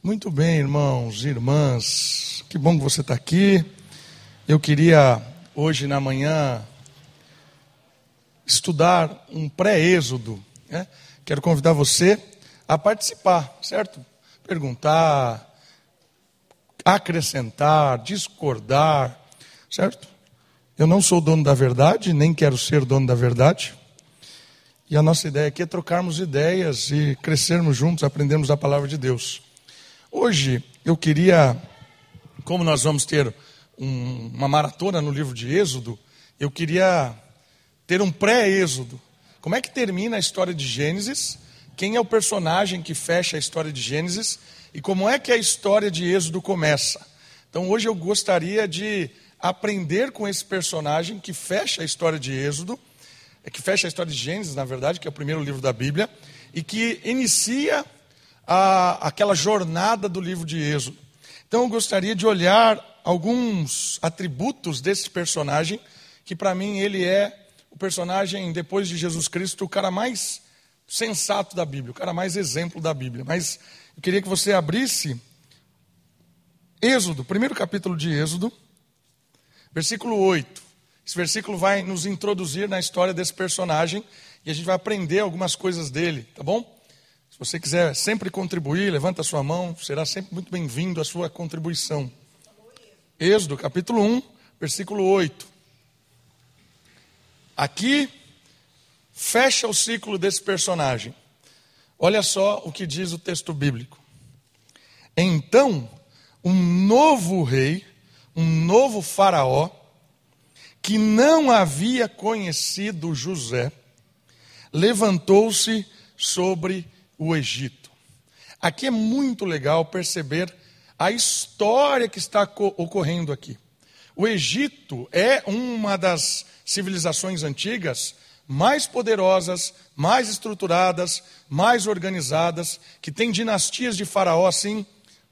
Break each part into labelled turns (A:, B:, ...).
A: Muito bem, irmãos e irmãs, que bom que você está aqui. Eu queria, hoje na manhã, estudar um pré-êxodo, né? Quero convidar você a participar, certo? Perguntar, acrescentar, discordar, certo? Eu não sou dono da verdade, nem quero ser dono da verdade. E a nossa ideia aqui é trocarmos ideias e crescermos juntos, aprendermos a palavra de Deus. Hoje eu queria, como nós vamos ter uma maratona no livro de Êxodo, eu queria ter um pré-êxodo. Como é que termina a história de Gênesis? Quem é o personagem que fecha a história de Gênesis? E como é que a história de Êxodo começa? Então hoje eu gostaria de aprender com esse personagem que fecha a história de Êxodo, que fecha a história de Gênesis, na verdade, que é o primeiro livro da Bíblia, e que inicia aquela jornada do livro de Êxodo. Então eu gostaria de olhar alguns atributos desse personagem, que para mim ele é o personagem, depois de Jesus Cristo, o cara mais sensato da Bíblia, o cara mais exemplo da Bíblia. Mas eu queria que você abrisse Êxodo, primeiro capítulo de Êxodo, versículo 8. Esse versículo vai nos introduzir na história desse personagem e a gente vai aprender algumas coisas dele, tá bom? Se você quiser sempre contribuir, levanta a sua mão, será sempre muito bem-vindo a sua contribuição. Êxodo, capítulo 1, versículo 8. Aqui fecha o ciclo desse personagem. Olha só o que diz o texto bíblico. Então, um novo rei, um novo faraó, que não havia conhecido José, levantou-se sobre o Egito. Aqui é muito legal perceber a história que está ocorrendo aqui. O Egito é uma das civilizações antigas mais poderosas, mais estruturadas, mais organizadas, que tem dinastias de faraó assim,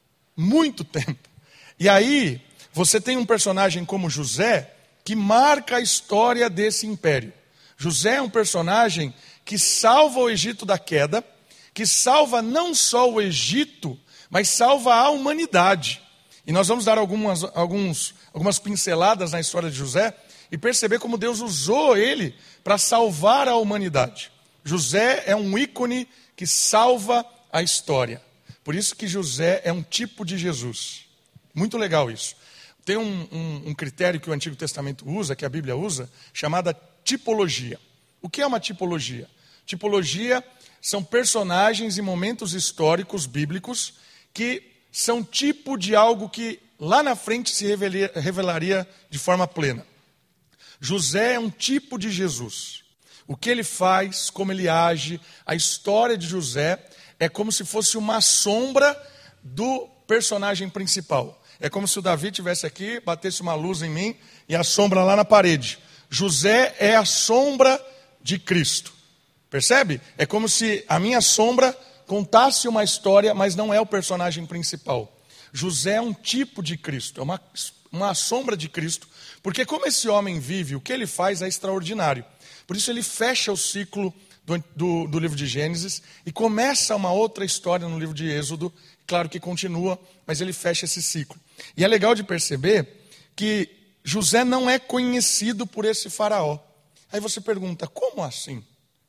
A: muito tempo. E aí, você tem um personagem como José, que marca a história desse império. José é um personagem que salva o Egito da queda, que salva não só o Egito, mas salva a humanidade. E nós vamos dar algumas pinceladas na história de José e perceber como Deus usou ele para salvar a humanidade. José é um ícone que salva a história. Por isso que José é um tipo de Jesus. Muito legal isso. Tem um critério que o Antigo Testamento usa, que a Bíblia usa, chamada tipologia. O que é uma tipologia? Tipologia são personagens e momentos históricos bíblicos que são tipo de algo que lá na frente se revelaria de forma plena. José é um tipo de Jesus. O que ele faz, como ele age, a história de José é como se fosse uma sombra do personagem principal. É como se o Davi estivesse aqui, batesse uma luz em mim e a sombra lá na parede. José é a sombra de Cristo. Percebe? É como se a minha sombra contasse uma história, mas não é o personagem principal. José é um tipo de Cristo, é uma sombra de Cristo, porque como esse homem vive, o que ele faz é extraordinário. Por isso ele fecha o ciclo do livro de Gênesis e começa uma outra história no livro de Êxodo. Claro que continua, mas ele fecha esse ciclo. E é legal de perceber que José não é conhecido por esse faraó. Aí você pergunta, como assim?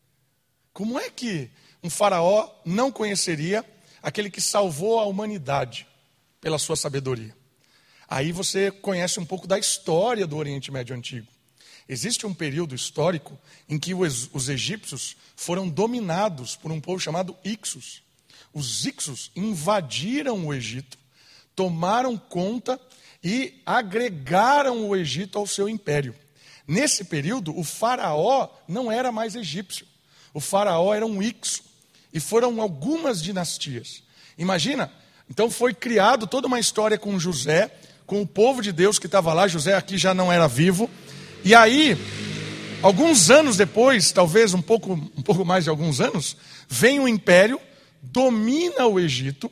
A: Como é que um faraó não conheceria aquele que salvou a humanidade pela sua sabedoria? Aí você conhece um pouco da história do Oriente Médio Antigo. Existe um período histórico em que os egípcios foram dominados por um povo chamado Ixos. Os Ixos invadiram o Egito, tomaram conta e agregaram o Egito ao seu império. Nesse período, o faraó não era mais egípcio. O faraó era um Ixo. E foram algumas dinastias. Imagina, então foi criado toda uma história com José, com o povo de Deus que estava lá. José aqui já não era vivo. E aí, alguns anos depois, talvez um pouco mais de alguns anos, vem o império, domina o Egito,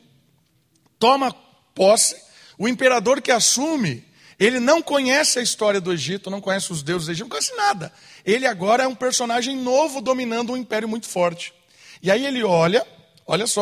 A: toma posse. O imperador que assume, ele não conhece a história do Egito, não conhece os deuses do Egito, não conhece nada. Ele agora é um personagem novo dominando um império muito forte. E aí ele olha só,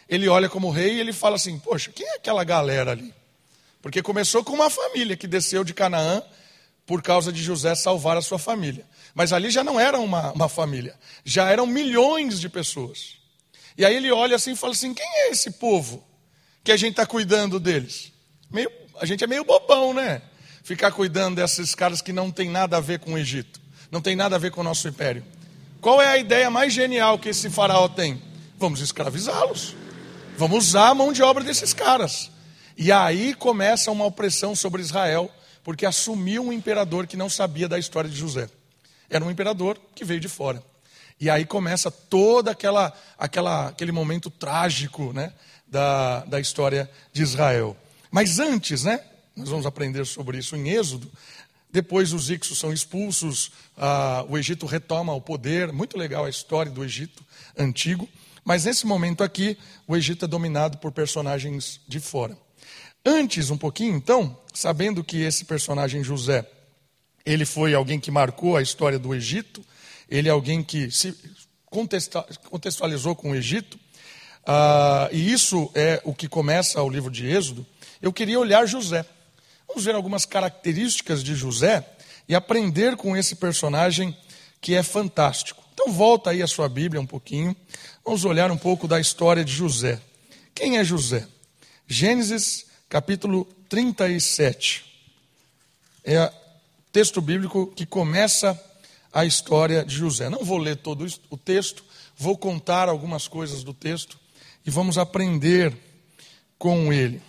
A: ele olha como rei e ele fala assim, poxa, quem é aquela galera ali? Porque começou com uma família que desceu de Canaã por causa de José salvar a sua família. Mas ali já não era uma família, já eram milhões de pessoas. E aí ele olha assim e fala assim, quem é esse povo que a gente está cuidando deles? A gente é meio bobão, né? Ficar cuidando desses caras que não tem nada a ver com o Egito, não tem nada a ver com o nosso império. Qual é a ideia mais genial que esse faraó tem? Vamos escravizá-los. Vamos usar a mão de obra desses caras. E aí começa uma opressão sobre Israel, porque assumiu um imperador que não sabia da história de José. Era um imperador que veio de fora. E aí começa todo aquele momento trágico, né, da história de Israel. Mas antes, né, nós vamos aprender sobre isso em Êxodo. Depois os Ixos são expulsos, o Egito retoma o poder. Muito legal a história do Egito antigo. Mas nesse momento aqui, o Egito é dominado por personagens de fora. Antes, um pouquinho, então, sabendo que esse personagem José, ele foi alguém que marcou a história do Egito, ele é alguém que se contextualizou com o Egito, e isso é o que começa o livro de Êxodo, eu queria olhar José. Vamos ver algumas características de José e aprender com esse personagem que é fantástico. Então volta aí a sua Bíblia um pouquinho, vamos olhar um pouco da história de José. Quem é José? Gênesis capítulo 37. É o texto bíblico que começa a história de José. Não vou ler todo o texto, vou contar algumas coisas do texto e vamos aprender com ele.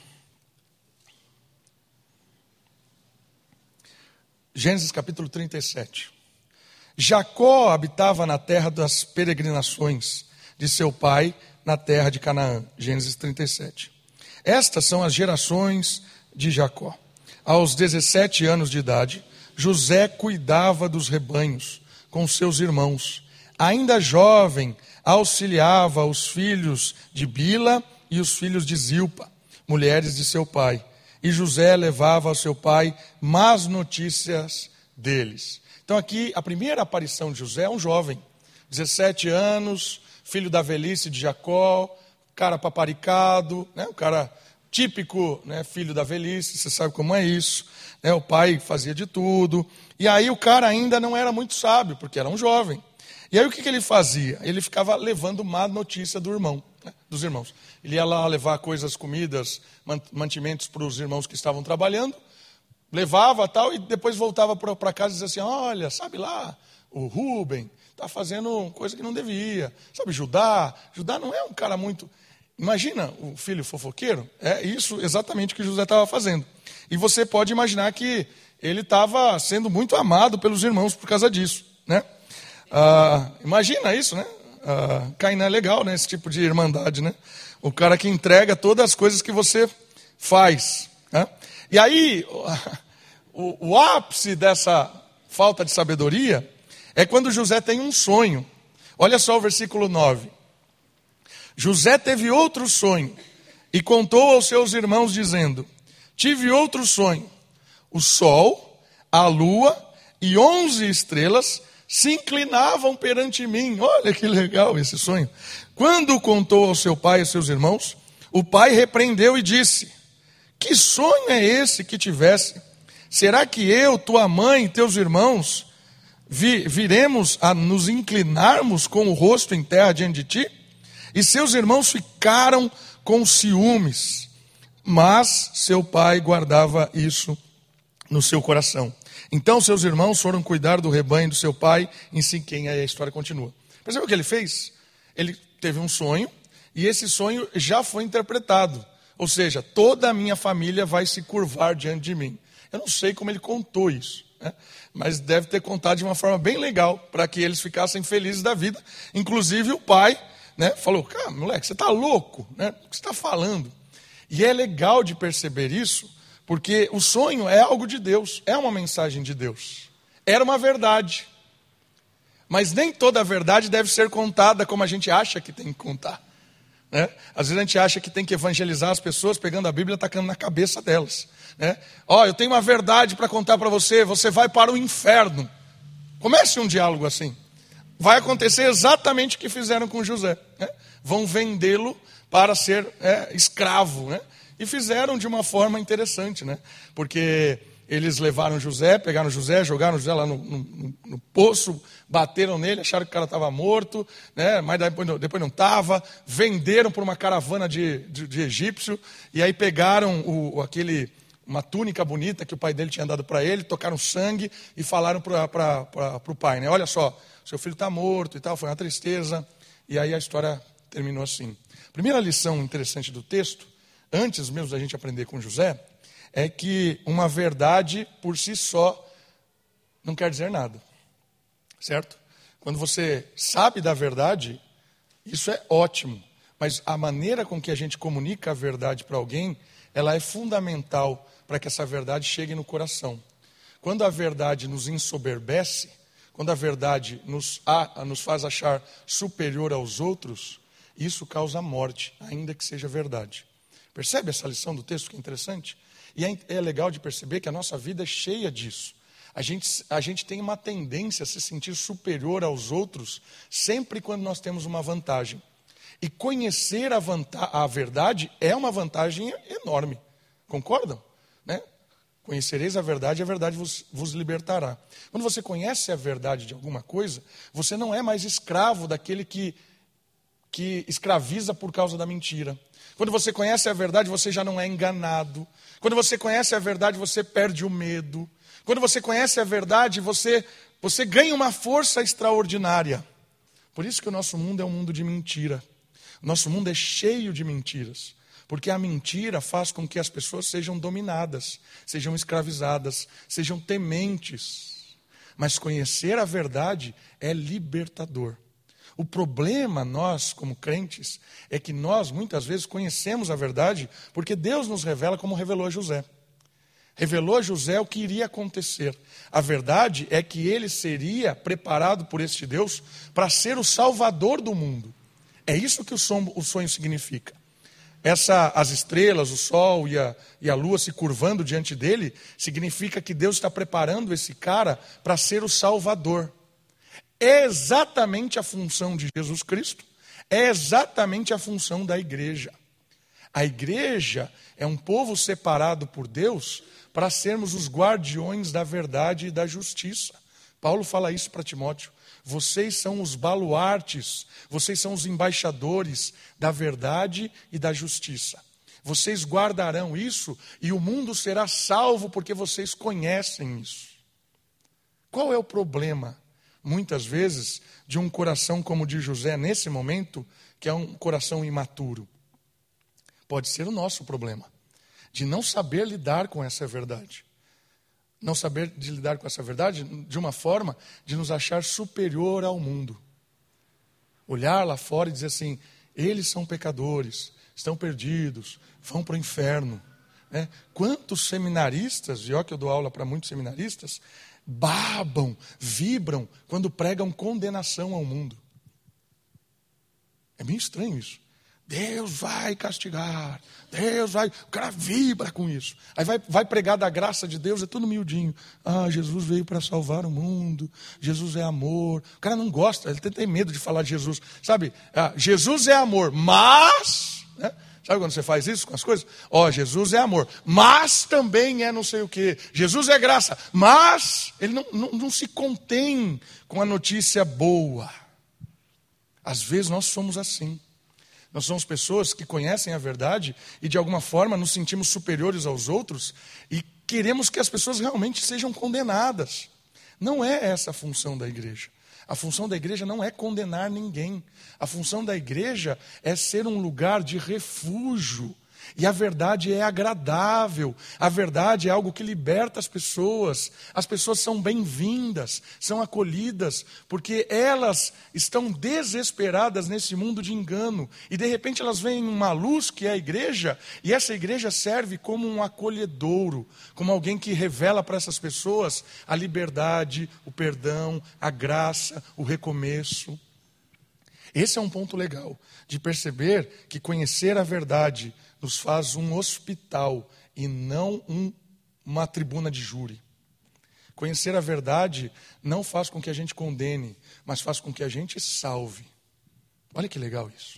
A: Gênesis capítulo 37. Jacó habitava na terra das peregrinações de seu pai, na terra de Canaã. Gênesis 37. Estas são as gerações de Jacó. Aos 17 anos de idade, José cuidava dos rebanhos com seus irmãos. Ainda jovem, auxiliava os filhos de Bila e os filhos de Zilpa, mulheres de seu pai. E José levava ao seu pai más notícias deles. Então aqui, a primeira aparição de José é um jovem, 17 anos, filho da velhice de Jacó, cara paparicado, né? O cara típico, né? Filho da velhice, você sabe como é isso. Né? O pai fazia de tudo. E aí o cara ainda não era muito sábio, porque era um jovem. E aí o que ele fazia? Ele ficava levando má notícia do irmão, né? Dos irmãos. Ele ia lá levar coisas, comidas, mantimentos para os irmãos que estavam trabalhando, levava tal, e depois voltava para casa e dizia assim, olha, sabe lá, o Rubem está fazendo coisa que não devia. Sabe, Judá não é um cara muito... Imagina o filho fofoqueiro, é isso exatamente que José estava fazendo. E você pode imaginar que ele estava sendo muito amado pelos irmãos por causa disso, né? Imagina isso, né? Cainã é legal, né? Esse tipo de irmandade, né? O cara que entrega todas as coisas que você faz, né? E aí, o ápice dessa falta de sabedoria é quando José tem um sonho. Olha só o versículo 9. José teve outro sonho e contou aos seus irmãos dizendo, tive outro sonho, o sol, a lua e 11 estrelas se inclinavam perante mim. Olha que legal esse sonho. Quando contou ao seu pai e aos seus irmãos, o pai repreendeu e disse, que sonho é esse que tivesse? Será que eu, tua mãe e teus irmãos viremos a nos inclinarmos com o rosto em terra diante de ti? E seus irmãos ficaram com ciúmes, mas seu pai guardava isso no seu coração. Então seus irmãos foram cuidar do rebanho do seu pai, em Siquém. Aí a história continua. Percebeu o que ele fez? Ele teve um sonho, e esse sonho já foi interpretado. Ou seja, toda a minha família vai se curvar diante de mim. Eu não sei como ele contou isso, né? Mas deve ter contado de uma forma bem legal, para que eles ficassem felizes da vida. Inclusive o pai, né, falou, cara, moleque, você está louco, né? O que você está falando? E é legal de perceber isso, porque o sonho é algo de Deus, é uma mensagem de Deus. Era uma verdade. Mas nem toda a verdade deve ser contada como a gente acha que tem que contar, né? Às vezes a gente acha que tem que evangelizar as pessoas pegando a Bíblia e tacando na cabeça delas, né? Ó, eu tenho uma verdade para contar para você, você vai para o inferno. Comece um diálogo assim. Vai acontecer exatamente o que fizeram com José, né? Vão vendê-lo para ser escravo, né? E fizeram de uma forma interessante, né? Porque eles levaram José, pegaram José, jogaram José lá no poço, bateram nele, acharam que o cara estava morto, né? Mas depois não estava, venderam por uma caravana de egípcio, e aí pegaram uma túnica bonita que o pai dele tinha dado para ele, tocaram sangue e falaram para o pai, né? Olha só, seu filho está morto e tal, foi uma tristeza. E aí a história terminou assim. Primeira lição interessante do texto, antes mesmo da gente aprender com José, é que uma verdade por si só não quer dizer nada, certo? Quando você sabe da verdade, isso é ótimo, mas a maneira com que a gente comunica a verdade para alguém, ela é fundamental para que essa verdade chegue no coração. Quando a verdade nos ensoberbece, quando a verdade nos faz achar superior aos outros, isso causa morte, ainda que seja verdade. Percebe essa lição do texto que é interessante? E é legal de perceber que a nossa vida é cheia disso. A gente tem uma tendência a se sentir superior aos outros sempre quando nós temos uma vantagem. E conhecer a verdade é uma vantagem enorme. Concordam? Né? Conhecereis a verdade vos libertará. Quando você conhece a verdade de alguma coisa, você não é mais escravo daquele que escraviza por causa da mentira. Quando você conhece a verdade, você já não é enganado. Quando você conhece a verdade, você perde o medo. Quando você conhece a verdade, você ganha uma força extraordinária. Por isso que o nosso mundo é um mundo de mentira. O nosso mundo é cheio de mentiras. Porque a mentira faz com que as pessoas sejam dominadas, sejam escravizadas, sejam tementes. Mas conhecer a verdade é libertador. O problema, nós, como crentes, é que nós, muitas vezes, conhecemos a verdade porque Deus nos revela como revelou a José. Revelou a José o que iria acontecer. A verdade é que ele seria preparado por este Deus para ser o salvador do mundo. É isso que o sonho significa. As estrelas, o sol e a lua se curvando diante dele, significa que Deus está preparando esse cara para ser o salvador. É exatamente a função de Jesus Cristo, é exatamente a função da igreja. A igreja é um povo separado por Deus para sermos os guardiões da verdade e da justiça. Paulo fala isso para Timóteo. Vocês são os baluartes, vocês são os embaixadores da verdade e da justiça. Vocês guardarão isso e o mundo será salvo porque vocês conhecem isso. Qual é o problema, muitas vezes, de um coração como o de José nesse momento, que é um coração imaturo? Pode ser o nosso problema, de não saber lidar com essa verdade. Não saber de lidar com essa verdade de uma forma de nos achar superior ao mundo. Olhar lá fora e dizer assim, eles são pecadores, estão perdidos, vão para o inferno. Né? Quantos seminaristas, e ó que eu dou aula para muitos seminaristas, babam, vibram quando pregam condenação ao mundo. É bem estranho isso. Deus vai castigar, Deus vai... O cara vibra com isso. Aí vai pregar da graça de Deus, é tudo miudinho. Ah, Jesus veio para salvar o mundo, Jesus é amor. O cara não gosta, ele tem medo de falar de Jesus. Sabe, Jesus é amor, mas... Né? Sabe quando você faz isso com as coisas? Jesus é amor, mas também é não sei o quê. Jesus é graça, mas... Ele não se contém com a notícia boa. Às vezes nós somos assim. Nós somos pessoas que conhecem a verdade e de alguma forma nos sentimos superiores aos outros e queremos que as pessoas realmente sejam condenadas. Não é essa a função da igreja. A função da igreja não é condenar ninguém. A função da igreja é ser um lugar de refúgio. E a verdade é agradável, a verdade é algo que liberta as pessoas são bem-vindas, são acolhidas, porque elas estão desesperadas nesse mundo de engano, e de repente elas veem uma luz que é a igreja, e essa igreja serve como um acolhedouro, como alguém que revela para essas pessoas a liberdade, o perdão, a graça, o recomeço. Esse é um ponto legal, de perceber que conhecer a verdade nos faz um hospital e não uma tribuna de júri. Conhecer a verdade não faz com que a gente condene, mas faz com que a gente salve. Olha que legal isso.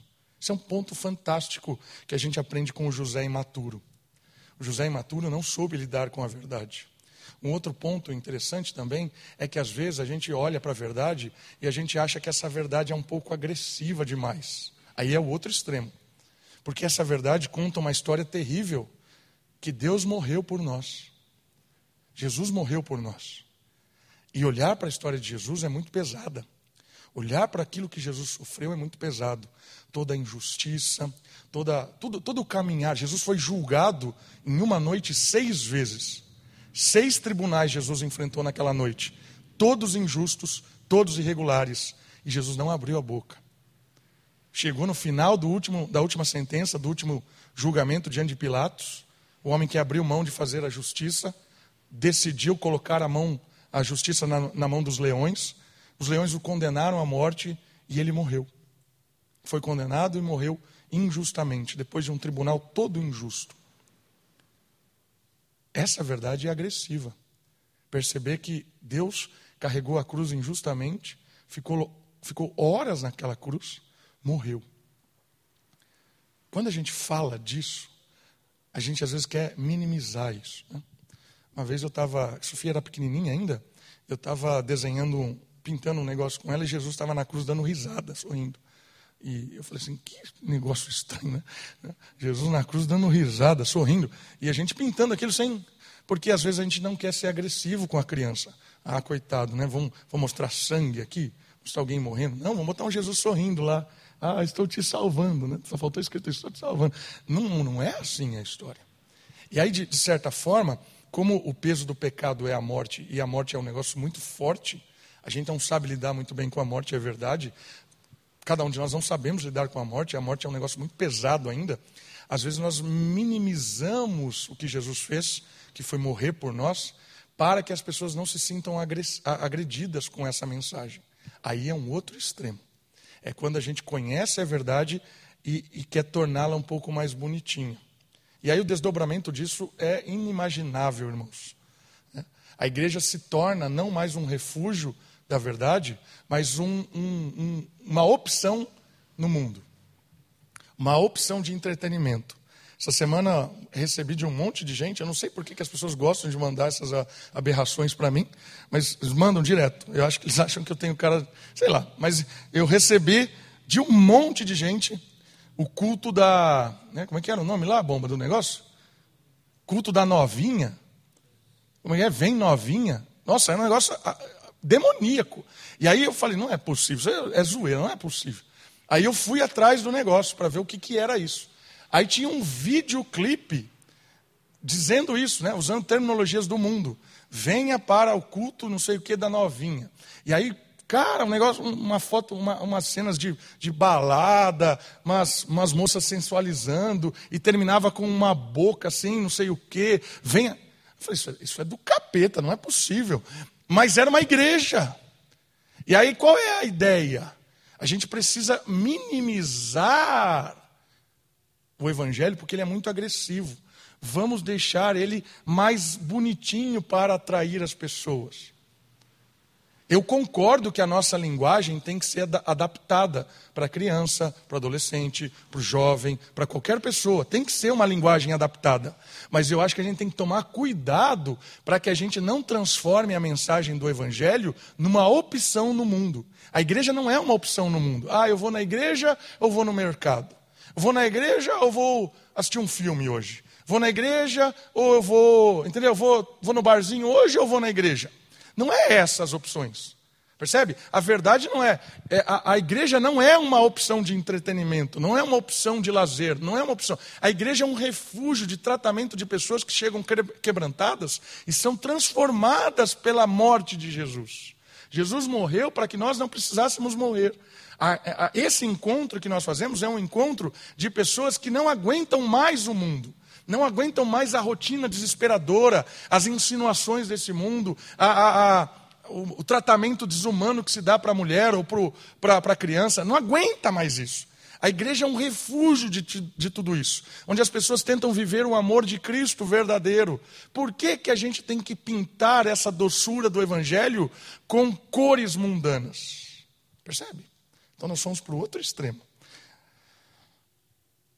A: Esse é um ponto fantástico que a gente aprende com o José imaturo. O José imaturo não soube lidar com a verdade. Um outro ponto interessante também é que às vezes a gente olha para a verdade e a gente acha que essa verdade é um pouco agressiva demais. Aí é o outro extremo. Porque essa verdade conta uma história terrível, que Deus morreu por nós. Jesus morreu por nós. E olhar para a história de Jesus é muito pesada. Olhar para aquilo que Jesus sofreu é muito pesado. Toda a injustiça, todo o caminhar. Jesus foi julgado em uma noite 6 vezes. 6 tribunais Jesus enfrentou naquela noite. Todos injustos, todos irregulares. E Jesus não abriu a boca. Chegou no final da última sentença, do último julgamento diante de Pilatos. O homem que abriu mão de fazer a justiça, decidiu colocar a justiça na mão dos leões. Os leões o condenaram à morte e ele morreu. Foi condenado e morreu injustamente, depois de um tribunal todo injusto. Essa verdade é agressiva. Perceber que Deus carregou a cruz injustamente, ficou horas naquela cruz, morreu. Quando a gente fala disso, a gente às vezes quer minimizar isso, né? Uma vez a Sofia era pequenininha ainda, eu estava pintando um negócio com ela e Jesus estava na cruz dando risada, sorrindo. E eu falei assim, que negócio estranho, né? Jesus na cruz dando risada, sorrindo. E a gente pintando aquilo porque às vezes a gente não quer ser agressivo com a criança. Ah, coitado, né? Vamos mostrar sangue aqui, mostrar alguém morrendo. Não, vamos botar um Jesus sorrindo lá. Ah, estou te salvando, né? Só faltou escrito, estou te salvando. Não é assim a história. E aí, de certa forma, como o peso do pecado é a morte, e a morte é um negócio muito forte, a gente não sabe lidar muito bem com a morte, é verdade. Cada um de nós não sabemos lidar com a morte é um negócio muito pesado ainda. Às vezes nós minimizamos o que Jesus fez, que foi morrer por nós, para que as pessoas não se sintam agredidas com essa mensagem. Aí é um outro extremo. É quando a gente conhece a verdade e quer torná-la um pouco mais bonitinha. E aí o desdobramento disso é inimaginável, irmãos. A igreja se torna não mais um refúgio da verdade, mas uma opção no mundo. Uma opção de entretenimento. Essa semana recebi de um monte de gente, eu não sei por que as pessoas gostam de mandar essas aberrações para mim, mas eles mandam direto. Eu acho que eles acham que eu tenho cara, sei lá. Mas eu recebi de um monte de gente o culto da... Né, como é que era o nome lá, a bomba do negócio? Culto da novinha. Como é? Vem novinha. Nossa, é um negócio demoníaco. E aí eu falei, não é possível, isso é zoeira, não é possível. Aí eu fui atrás do negócio para ver o que era isso. Aí tinha um videoclipe dizendo isso, né, usando terminologias do mundo. Venha para o culto não sei o que da novinha. E aí, cara, um negócio, uma foto, umas cenas de balada, umas moças sensualizando, e terminava com uma boca assim, não sei o que. Venha. Eu falei, isso é do capeta, não é possível. Mas era uma igreja. E aí qual é a ideia? A gente precisa minimizar o evangelho porque ele é muito agressivo. Vamos deixar ele mais bonitinho para atrair as pessoas. Eu concordo que a nossa linguagem tem que ser adaptada para a criança, para o adolescente, para o jovem, para qualquer pessoa. Tem que ser uma linguagem adaptada. Mas eu acho que a gente tem que tomar cuidado para que a gente não transforme a mensagem do evangelho numa opção no mundo. A igreja não é uma opção no mundo. Ah, eu vou na igreja ou vou no mercado? Vou na igreja ou vou assistir um filme hoje? Vou na igreja ou eu vou, entendeu? Vou no barzinho hoje ou vou na igreja? Não é essas opções, percebe? A verdade não é a igreja não é uma opção de entretenimento, não é uma opção de lazer, não é uma opção. A igreja é um refúgio de tratamento de pessoas que chegam quebrantadas e são transformadas pela morte de Jesus. Jesus morreu para que nós não precisássemos morrer. Esse encontro que nós fazemos é um encontro de pessoas que não aguentam mais o mundo. Não aguentam mais a rotina desesperadora, as insinuações desse mundo, o tratamento desumano que se dá para a mulher ou para a criança. Não aguenta mais isso. A igreja é um refúgio de tudo isso, onde as pessoas tentam viver o amor de Cristo verdadeiro. Por que a gente tem que pintar essa doçura do evangelho com cores mundanas? Percebe? Então nós somos para o outro extremo.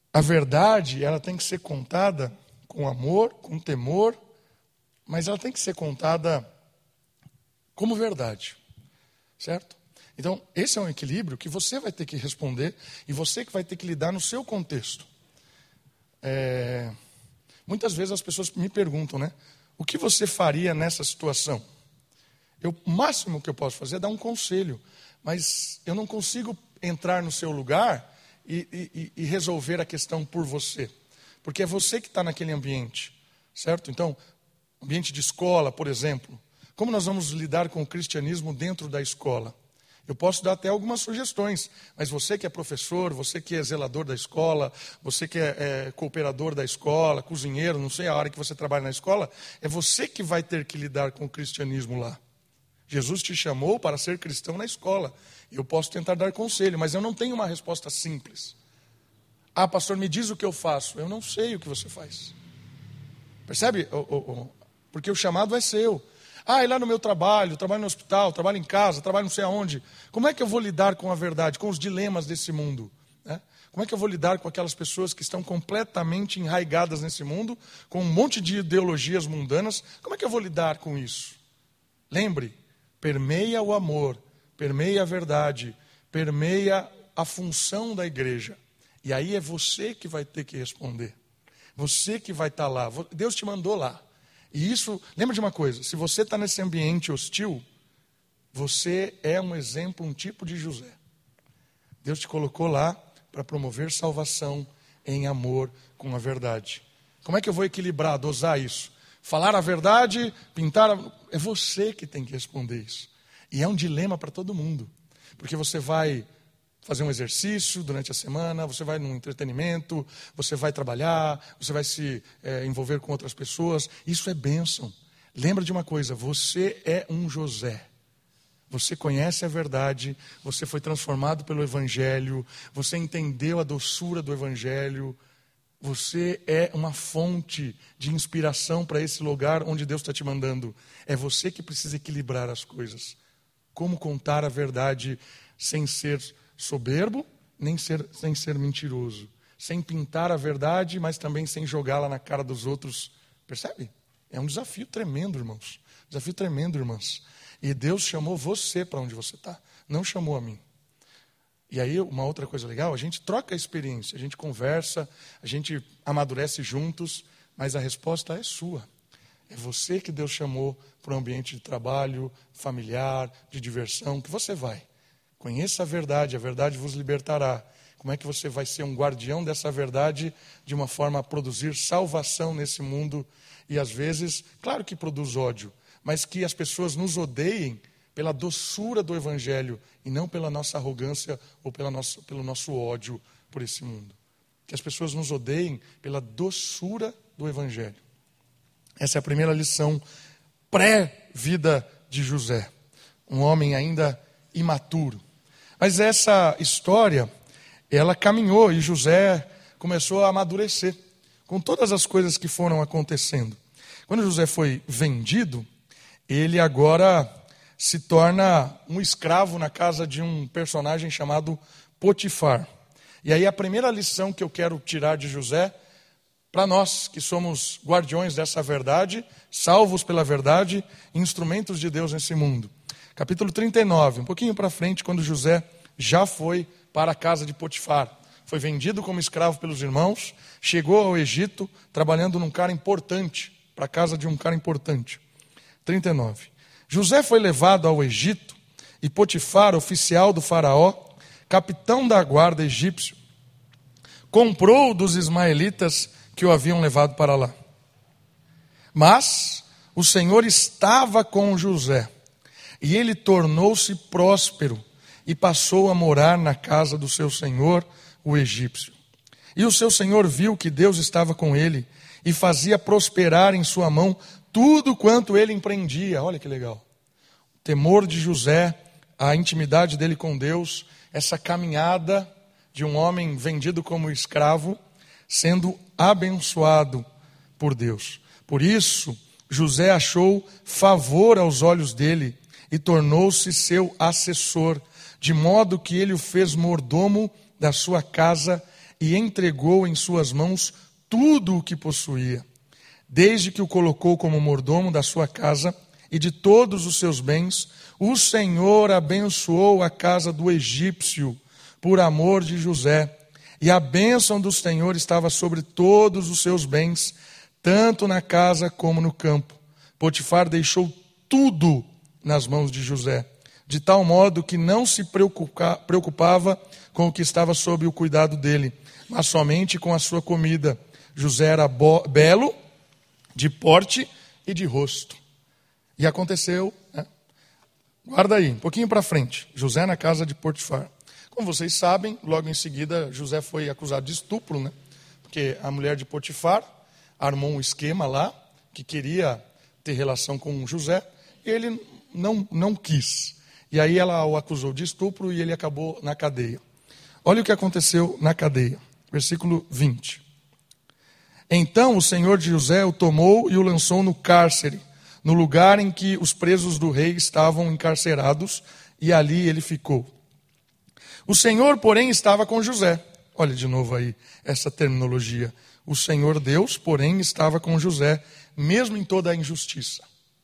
A: A verdade, ela tem que ser contada com amor, com temor, mas ela tem que ser contada como verdade, certo? Então, esse é um equilíbrio que você vai ter que responder e você que vai ter que lidar no seu contexto. Muitas vezes as pessoas me perguntam, né? O que você faria nessa situação? O máximo que eu posso fazer é dar um conselho, mas eu não consigo entrar no seu lugar e resolver a questão por você, porque é você que está naquele ambiente, certo? Então, ambiente de escola, por exemplo, como nós vamos lidar com o cristianismo dentro da escola? Eu posso dar até algumas sugestões, mas você que é professor, você que é zelador da escola, você que é cooperador da escola, cozinheiro, não sei a hora que você trabalha na escola, é você que vai ter que lidar com o cristianismo lá. Jesus te chamou para ser cristão na escola. Eu posso tentar dar conselho, mas eu não tenho uma resposta simples. Ah, pastor, me diz o que eu faço. Eu não sei o que você faz. Percebe? Porque o chamado é seu. Ah, e lá no meu trabalho no hospital, trabalho em casa, trabalho não sei aonde. Como é que eu vou lidar com a verdade, com os dilemas desse mundo? Né? Como é que eu vou lidar com aquelas pessoas que estão completamente enraigadas nesse mundo, com um monte de ideologias mundanas? Como é que eu vou lidar com isso? Lembre, permeia o amor, permeia a verdade, permeia a função da igreja. E aí é você que vai ter que responder. Você que vai estar lá. Deus te mandou lá. E isso, lembra de uma coisa, se você está nesse ambiente hostil, você é um exemplo, um tipo de José. Deus te colocou lá para promover salvação em amor com a verdade. Como é que eu vou equilibrar, dosar isso? Falar a verdade, é você que tem que responder isso. E é um dilema para todo mundo. Porque você vai fazer um exercício durante a semana, você vai num entretenimento, você vai trabalhar, você vai se envolver com outras pessoas. Isso é bênção. Lembra de uma coisa, você é um José. Você conhece a verdade, você foi transformado pelo Evangelho, você entendeu a doçura do Evangelho, você é uma fonte de inspiração para esse lugar onde Deus está te mandando. É você que precisa equilibrar as coisas. Como contar a verdade sem ser soberbo, nem sem ser mentiroso. Sem pintar a verdade, mas também sem jogá-la na cara dos outros. Percebe? É um desafio tremendo, irmãos. Desafio tremendo, irmãs. E Deus chamou você para onde você está. Não chamou a mim. E aí, uma outra coisa legal, a gente troca a experiência, a gente conversa, a gente amadurece juntos, mas a resposta é sua. É você que Deus chamou para um ambiente de trabalho, familiar, de diversão, que você vai. Conheça a verdade vos libertará. Como é que você vai ser um guardião dessa verdade de uma forma a produzir salvação nesse mundo? E às vezes, claro que produz ódio, mas que as pessoas nos odeiem pela doçura do Evangelho e não pela nossa arrogância ou pelo nosso ódio por esse mundo. Que as pessoas nos odeiem pela doçura do Evangelho. Essa é a primeira lição pré-vida de José. Um homem ainda imaturo. Mas essa história, ela caminhou e José começou a amadurecer com todas as coisas que foram acontecendo. Quando José foi vendido, ele agora se torna um escravo na casa de um personagem chamado Potifar. E aí a primeira lição que eu quero tirar de José, para nós que somos guardiões dessa verdade, salvos pela verdade, instrumentos de Deus nesse mundo. Capítulo 39, um pouquinho para frente, quando José já foi para a casa de Potifar. Foi vendido como escravo pelos irmãos, chegou ao Egito, trabalhando num cara importante, para a casa de um cara importante. 39. José foi levado ao Egito e Potifar, oficial do faraó, capitão da guarda egípcio, comprou dos ismaelitas que o haviam levado para lá. Mas o Senhor estava com José e ele tornou-se próspero e passou a morar na casa do seu senhor, o egípcio. E o seu senhor viu que Deus estava com ele e fazia prosperar em sua mão tudo quanto ele empreendia. Olha que legal. O temor de José, a intimidade dele com Deus, essa caminhada de um homem vendido como escravo, sendo abençoado por Deus. Por isso, José achou favor aos olhos dele e tornou-se seu assessor, de modo que ele o fez mordomo da sua casa e entregou em suas mãos tudo o que possuía. Desde que o colocou como mordomo da sua casa e de todos os seus bens, o Senhor abençoou a casa do egípcio por amor de José. E a bênção do Senhor estava sobre todos os seus bens, tanto na casa como no campo. Potifar deixou tudo nas mãos de José, de tal modo que não se preocupava com o que estava sob o cuidado dele, mas somente com a sua comida. José era belo, de porte e de rosto. E aconteceu, guarda aí, um pouquinho para frente, José na casa de Potifar. Como vocês sabem, logo em seguida, José foi acusado de estupro, porque a mulher de Potifar armou um esquema lá, que queria ter relação com José, e ele não quis. E aí ela o acusou de estupro e ele acabou na cadeia. Olha o que aconteceu na cadeia, versículo 20. Então o Senhor de José o tomou e o lançou no cárcere, no lugar em que os presos do rei estavam encarcerados, e ali ele ficou. O Senhor, porém, estava com José. Olha de novo aí essa terminologia. O Senhor Deus, porém, estava com José, mesmo em toda a injustiça.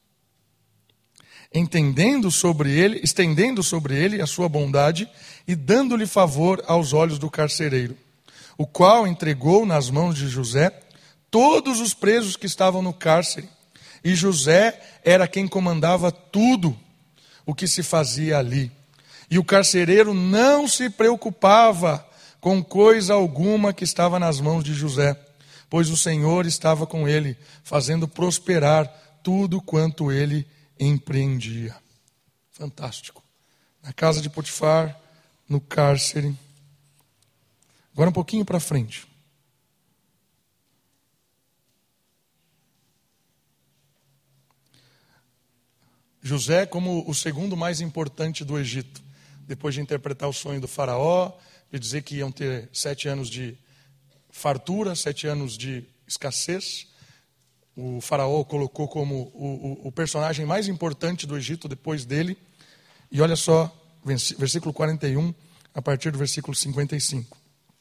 A: Estendendo sobre ele a sua bondade e dando-lhe favor aos olhos do carcereiro, o qual entregou nas mãos de José todos os presos que estavam no cárcere. E José era quem comandava tudo o que se fazia ali. E o carcereiro não se preocupava com coisa alguma que estava nas mãos de José, pois o Senhor estava com ele, fazendo prosperar tudo quanto ele empreendia. Fantástico. Na casa de Potifar, no cárcere. Agora um pouquinho para frente. José como o segundo mais importante do Egito, depois de interpretar o sonho do faraó, de dizer que iam ter 7 anos de fartura, 7 anos de escassez. O faraó o colocou como o personagem mais importante do Egito depois dele. E olha só, versículo 41, a partir do versículo 55.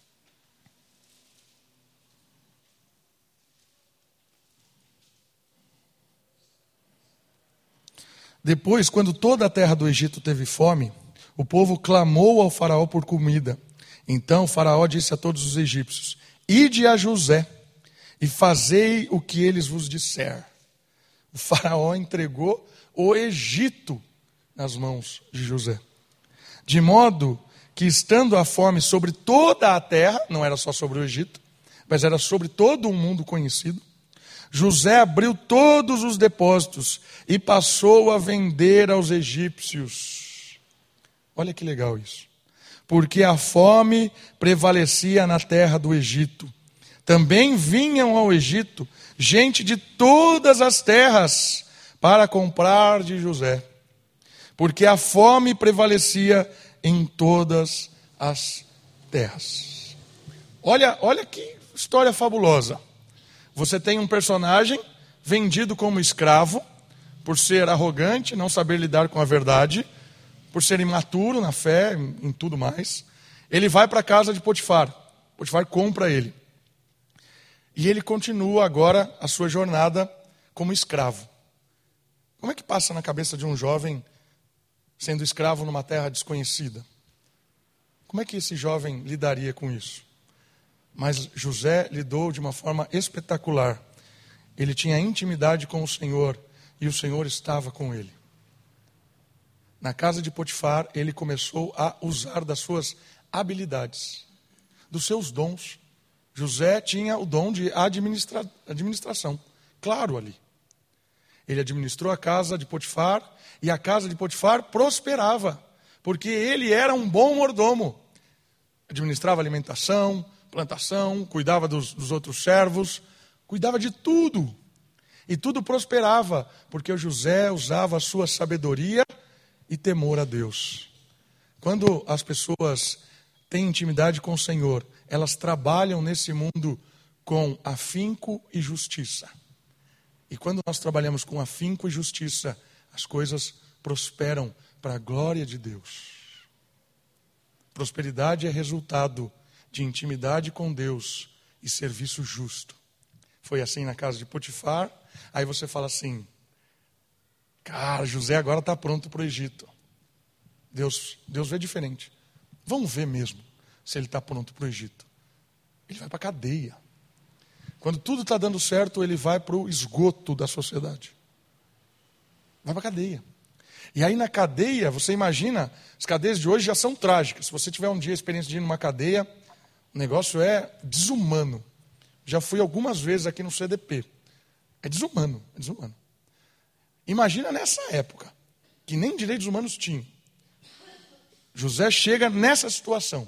A: Depois, quando toda a terra do Egito teve fome, o povo clamou ao faraó por comida. Então o faraó disse a todos os egípcios: ide a José e fazei o que eles vos disser. O faraó entregou o Egito nas mãos de José. De modo que, estando a fome sobre toda a terra, não era só sobre o Egito, mas era sobre todo o mundo conhecido, José abriu todos os depósitos e passou a vender aos egípcios. Olha que legal isso. Porque a fome prevalecia na terra do Egito. Também vinham ao Egito gente de todas as terras para comprar de José. Porque a fome prevalecia em todas as terras. Olha que história fabulosa. Você tem um personagem vendido como escravo, por ser arrogante, não saber lidar com a verdade, por ser imaturo na fé, em tudo mais. Ele vai para a casa de Potifar. Potifar compra ele. E ele continua agora a sua jornada como escravo. Como é que passa na cabeça de um jovem sendo escravo numa terra desconhecida? Como é que esse jovem lidaria com isso? Mas José lidou de uma forma espetacular. Ele tinha intimidade com o Senhor e o Senhor estava com ele. Na casa de Potifar, ele começou a usar das suas habilidades, dos seus dons. José tinha o dom de administração, claro ali. Ele administrou a casa de Potifar e a casa de Potifar prosperava, porque ele era um bom mordomo. Administrava alimentação, plantação, cuidava dos outros servos, cuidava de tudo. E tudo prosperava, porque o José usava a sua sabedoria e temor a Deus. Quando as pessoas têm intimidade com o Senhor, elas trabalham nesse mundo com afinco e justiça. E quando nós trabalhamos com afinco e justiça, as coisas prosperam para a glória de Deus. Prosperidade é resultado de intimidade com Deus e serviço justo. Foi assim na casa de Potifar. Aí você fala assim, cara, José agora está pronto para o Egito. Deus vê diferente. Vamos ver mesmo se ele está pronto para o Egito. Ele vai para a cadeia. Quando tudo está dando certo, ele vai para o esgoto da sociedade. Vai para a cadeia. E aí na cadeia, você imagina, as cadeias de hoje já são trágicas. Se você tiver um dia a experiência de ir numa cadeia, o negócio é desumano. Já fui algumas vezes aqui no CDP. É desumano, é desumano. Imagina nessa época, que nem direitos humanos tinham. José chega nessa situação.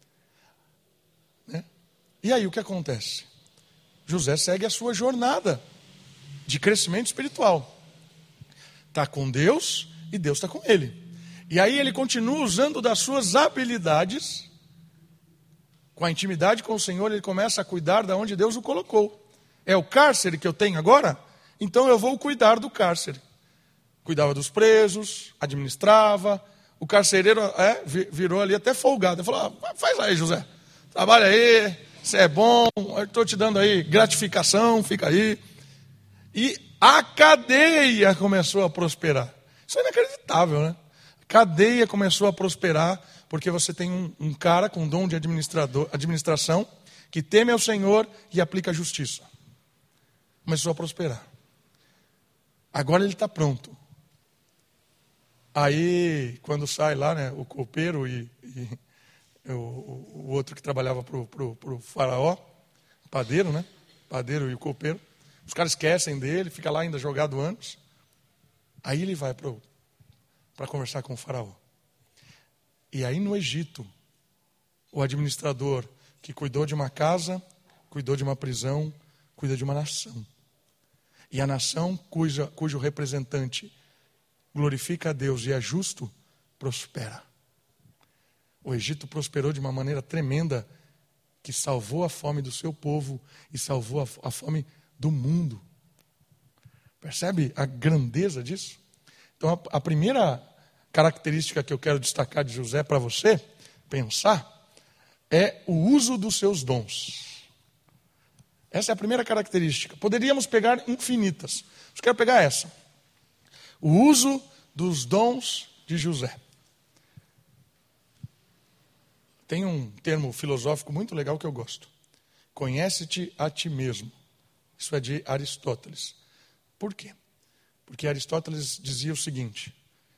A: Né? E aí o que acontece? José segue a sua jornada de crescimento espiritual. Está com Deus e Deus está com ele. E aí ele continua usando das suas habilidades. Com a intimidade com o Senhor, ele começa a cuidar de onde Deus o colocou. É o cárcere que eu tenho agora? Então eu vou cuidar do cárcere. Cuidava dos presos, administrava. O carcereiro virou ali até folgado. Ele falou, faz aí, José. Trabalha aí, você é bom, eu estou te dando aí gratificação, fica aí. E a cadeia começou a prosperar. Isso é inacreditável, né? A cadeia começou a prosperar porque você tem um cara com dom de administração que teme ao Senhor e aplica a justiça. Começou a prosperar. Agora ele está pronto. Aí, quando sai lá, né, o copeiro e o outro que trabalhava para o faraó, padeiro, né? Padeiro e o copeiro. Os caras esquecem dele, fica lá ainda jogado anos. Aí ele vai para conversar com o faraó. E aí no Egito, o administrador que cuidou de uma casa, cuidou de uma prisão, cuida de uma nação. E a nação cujo representante glorifica a Deus e é justo, prospera. O Egito prosperou de uma maneira tremenda que salvou a fome do seu povo e salvou a fome do mundo. Percebe a grandeza disso? Então a primeira característica que eu quero destacar de José para você pensar é o uso dos seus dons. Essa é a primeira característica. Poderíamos pegar infinitas. Eu quero pegar essa. O uso dos dons de José. Tem um termo filosófico muito legal que eu gosto. Conhece-te a ti mesmo. Isso é de Aristóteles. Por quê? Porque Aristóteles dizia o seguinte: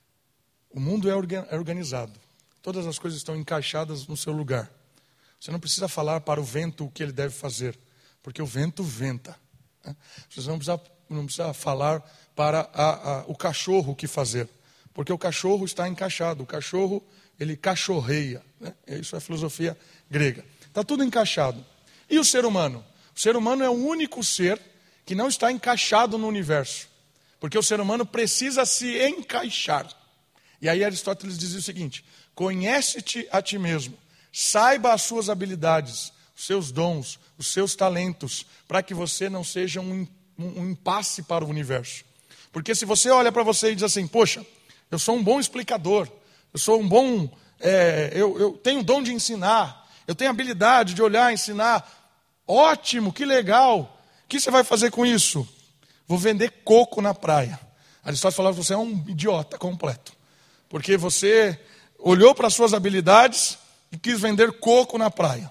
A: o mundo é organizado. Todas as coisas estão encaixadas no seu lugar. Você não precisa falar para o vento o que ele deve fazer, porque o vento venta. Você não precisa falar para o cachorro o que fazer, porque o cachorro está encaixado. O cachorro, ele cachorreia. Isso é filosofia grega. Está tudo encaixado. E o ser humano? O ser humano é o único ser que não está encaixado no universo, porque o ser humano precisa se encaixar. E aí Aristóteles dizia o seguinte: conhece-te a ti mesmo, saiba as suas habilidades, os seus dons, os seus talentos, para que você não seja um impasse para o universo. Porque se você olha para você e diz assim, poxa, eu sou um bom explicador, eu sou um bom, eu tenho dom de ensinar, eu tenho habilidade de olhar e ensinar, ótimo, que legal, o que você vai fazer com isso? Vou vender coco na praia. Aristóteles falava que você é um idiota completo, porque você olhou para as suas habilidades e quis vender coco na praia.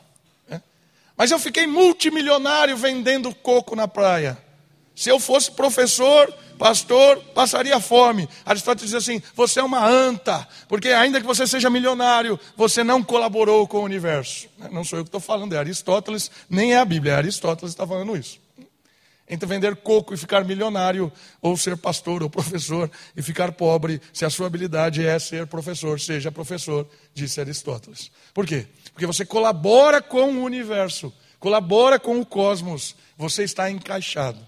A: Mas eu fiquei multimilionário vendendo coco na praia. Se eu fosse professor, pastor, passaria fome. Aristóteles diz assim, você é uma anta, porque ainda que você seja milionário, você não colaborou com o universo. Não sou eu que estou falando, é Aristóteles, nem é a Bíblia, é Aristóteles que está falando isso. Entre vender coco e ficar milionário, ou ser pastor ou professor e ficar pobre, se a sua habilidade é ser professor, seja professor, disse Aristóteles. Por quê? Porque você colabora com o universo, colabora com o cosmos, você está encaixado.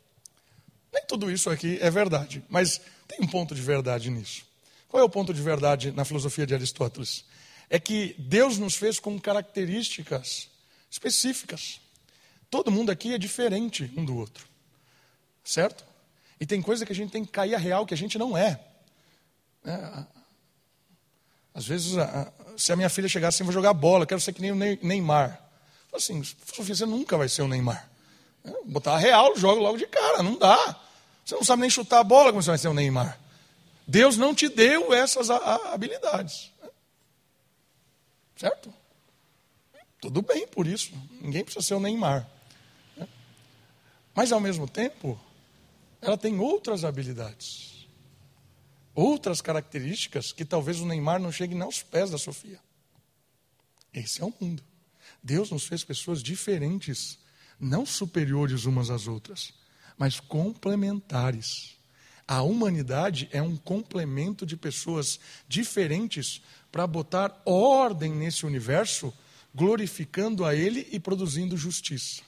A: Nem tudo isso aqui é verdade, mas tem um ponto de verdade nisso. Qual é o ponto de verdade na filosofia de Aristóteles? É que Deus nos fez com características específicas. Todo mundo aqui é diferente um do outro, certo? E tem coisa que a gente tem que cair a real que a gente não é. Às vezes, se a minha filha chegar assim, eu vou jogar bola, eu quero ser que nem o Neymar. Eu falo assim, Sofia, você nunca vai ser o Neymar. Botar a real, joga logo de cara, não dá. Você não sabe nem chutar a bola, como você vai ser o Neymar. Deus não te deu essas habilidades. Certo? Tudo bem por isso. Ninguém precisa ser o Neymar. Mas, ao mesmo tempo, ela tem outras habilidades. Outras características que talvez o Neymar não chegue nem aos pés da Sofia. Esse é o mundo. Deus nos fez pessoas diferentes, não superiores umas às outras, mas complementares. A humanidade é um complemento de pessoas diferentes para botar ordem nesse universo, glorificando a Ele e produzindo justiça.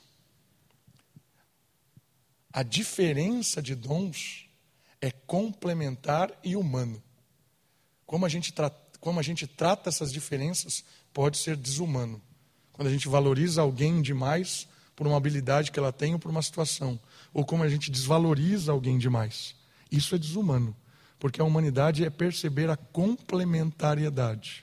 A: A diferença de dons é complementar e humano. Como a gente trata essas diferenças pode ser desumano. Quando a gente valoriza alguém demais por uma habilidade que ela tem ou por uma situação. Ou como a gente desvaloriza alguém demais. Isso é desumano. Porque a humanidade é perceber a complementariedade.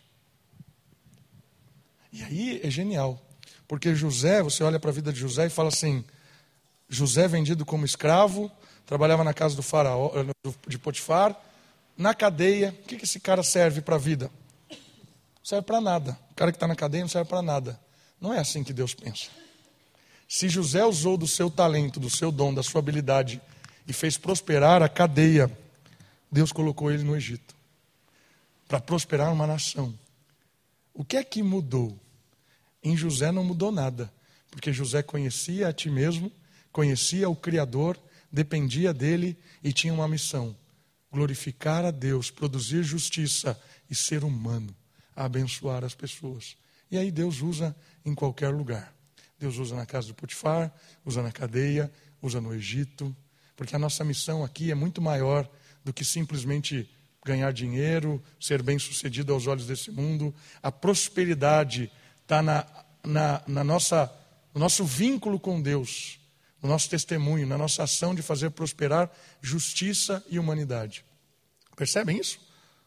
A: E aí é genial. Porque José, você olha para a vida de José e fala assim, José vendido como escravo, trabalhava na casa do faraó, de Potifar, na cadeia. O que esse cara serve para a vida? Não serve para nada. O cara que está na cadeia não serve para nada. Não é assim que Deus pensa. Se José usou do seu talento, do seu dom, da sua habilidade e fez prosperar a cadeia, Deus colocou ele no Egito para prosperar uma nação. O que é que mudou? Em José não mudou nada, porque José conhecia a ti mesmo, conhecia o Criador, dependia dele e tinha uma missão: glorificar a Deus, produzir justiça e ser humano, abençoar as pessoas. E aí Deus usa em qualquer lugar. Deus usa na casa do Potifar, usa na cadeia, usa no Egito, porque a nossa missão aqui é muito maior do que simplesmente ganhar dinheiro, ser bem-sucedido aos olhos desse mundo. A prosperidade está no nosso vínculo com Deus, no nosso testemunho, na nossa ação de fazer prosperar justiça e humanidade. Percebem isso?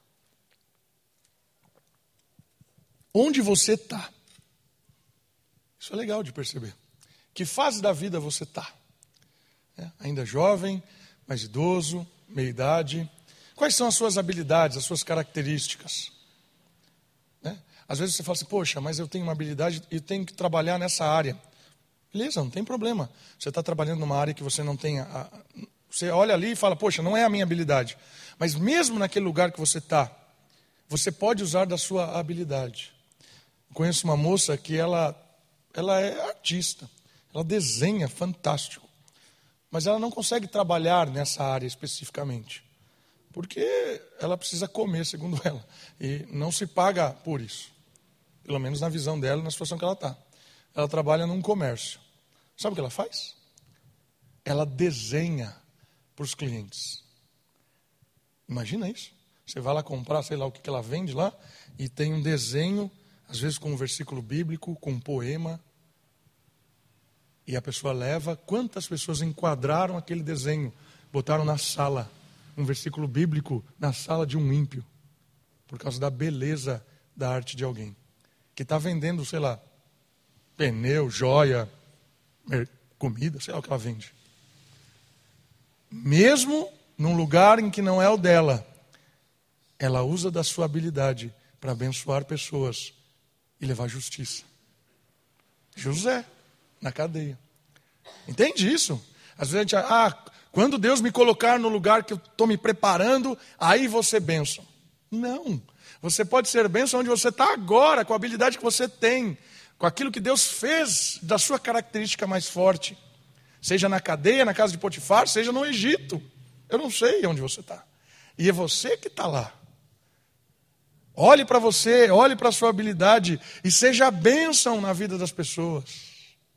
A: Onde você está? Isso é legal de perceber. Que fase da vida você está? Ainda jovem, mais idoso, meia-idade. Quais são as suas habilidades, as suas características? Às vezes você fala assim, poxa, mas eu tenho uma habilidade e tenho que trabalhar nessa área. Beleza, não tem problema. Você está trabalhando numa área que você não tem... Você olha ali e fala, poxa, não é a minha habilidade. Mas mesmo naquele lugar que você está, você pode usar da sua habilidade. Eu conheço uma moça que ela é artista. Ela desenha fantástico. Mas ela não consegue trabalhar nessa área especificamente. Porque ela precisa comer, segundo ela. E não se paga por isso. Pelo menos na visão dela, na situação que ela está. Ela trabalha num comércio. Sabe o que ela faz? Ela desenha para os clientes. Imagina isso. Você vai lá comprar, sei lá o que ela vende lá, e tem um desenho, às vezes com um versículo bíblico, com um poema. E a pessoa leva. Quantas pessoas enquadraram aquele desenho, botaram na sala, um versículo bíblico na sala de um ímpio, por causa da beleza da arte de alguém, que está vendendo, sei lá, pneu, joia, comida, sei lá o que ela vende. Mesmo num lugar em que não é o dela, ela usa da sua habilidade para abençoar pessoas e levar justiça. José, na cadeia. Entende isso? Às vezes a gente, quando Deus me colocar no lugar que eu estou me preparando, aí vou ser bênção. Não. Você pode ser bênção onde você está agora, com a habilidade que você tem, com aquilo que Deus fez da sua característica mais forte. Seja na cadeia, na casa de Potifar, seja no Egito. Eu não sei onde você está. E é você que está lá. Olhe para você, olhe para a sua habilidade e seja bênção na vida das pessoas.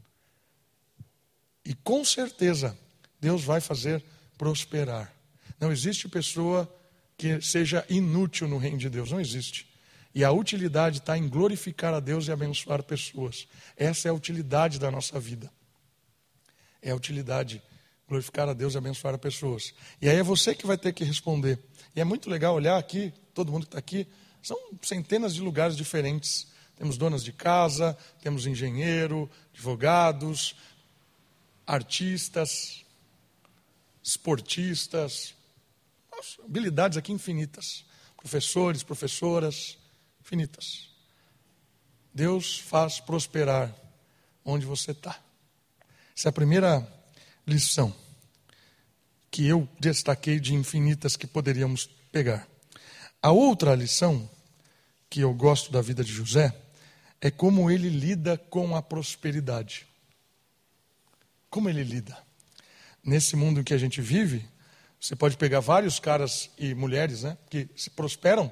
A: E com certeza, Deus vai fazer prosperar. Não existe pessoa que seja inútil no reino de Deus. Não existe. E a utilidade está em glorificar a Deus e abençoar pessoas. Essa é a utilidade da nossa vida. É a utilidade, glorificar a Deus e abençoar pessoas. E aí é você que vai ter que responder. E é muito legal olhar aqui, todo mundo que está aqui, São centenas de lugares diferentes. Temos donas de casa, temos engenheiro, advogados, artistas, esportistas, habilidades aqui infinitas. Professores, professoras, infinitas. Deus faz prosperar onde você está. Essa é a primeira lição que eu destaquei de infinitas que poderíamos pegar. A outra lição que eu gosto da vida de José é como ele lida com a prosperidade. Como ele lida. Nesse mundo em que a gente vive, você pode pegar vários caras e mulheres, né, que se prosperam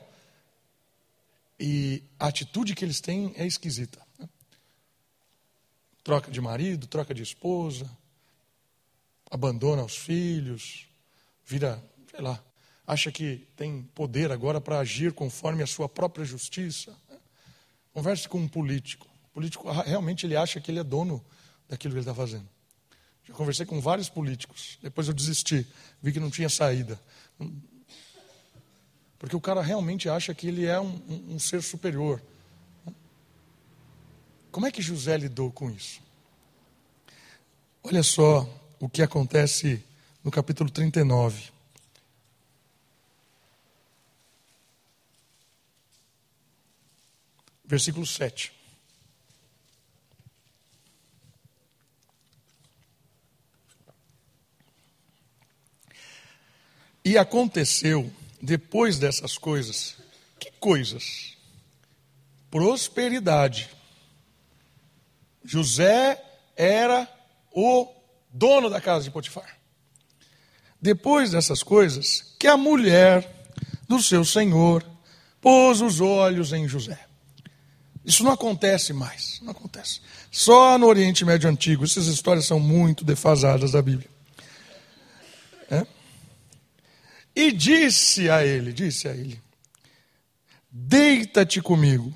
A: e a atitude que eles têm é esquisita. Né? Troca de marido, troca de esposa, abandona os filhos, vira, sei lá, acha que tem poder agora para agir conforme a sua própria justiça. Né? Converse com um político. O político realmente ele acha que ele é dono daquilo que ele está fazendo. Já conversei com vários políticos, depois eu desisti, vi que não tinha saída. Porque o cara realmente acha que ele é um ser superior. Como é que José lidou com isso? Olha só o que acontece no capítulo 39. Versículo 7. E aconteceu, depois dessas coisas, que coisas? Prosperidade. José era o dono da casa de Potifar. Depois dessas coisas, que a mulher do seu senhor pôs os olhos em José. Isso não acontece mais, não acontece. Só no Oriente Médio Antigo, essas histórias são muito defasadas da Bíblia. E disse a ele, deita-te comigo.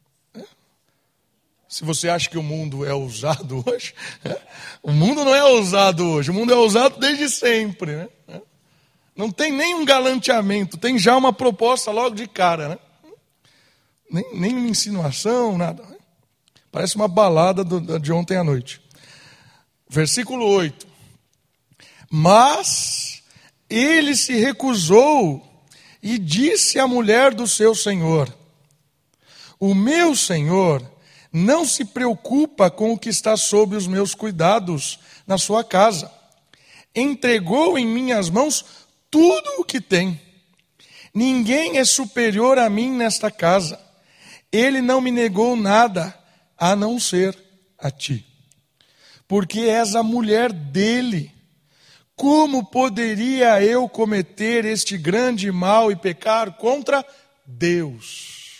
A: Se você acha que o mundo é ousado hoje, o mundo não é ousado hoje, o mundo é ousado desde sempre. Né? Não tem nem um galanteamento, tem já uma proposta logo de cara. Né? Nem uma insinuação, nada. Né? Parece uma balada de ontem à noite. Versículo 8. Mas ele se recusou e disse à mulher do seu senhor: o meu senhor não se preocupa com o que está sob os meus cuidados na sua casa. Entregou em minhas mãos tudo o que tem. Ninguém é superior a mim nesta casa. Ele não me negou nada, a não ser a ti. Porque és a mulher dele. Como poderia eu cometer este grande mal e pecar contra Deus?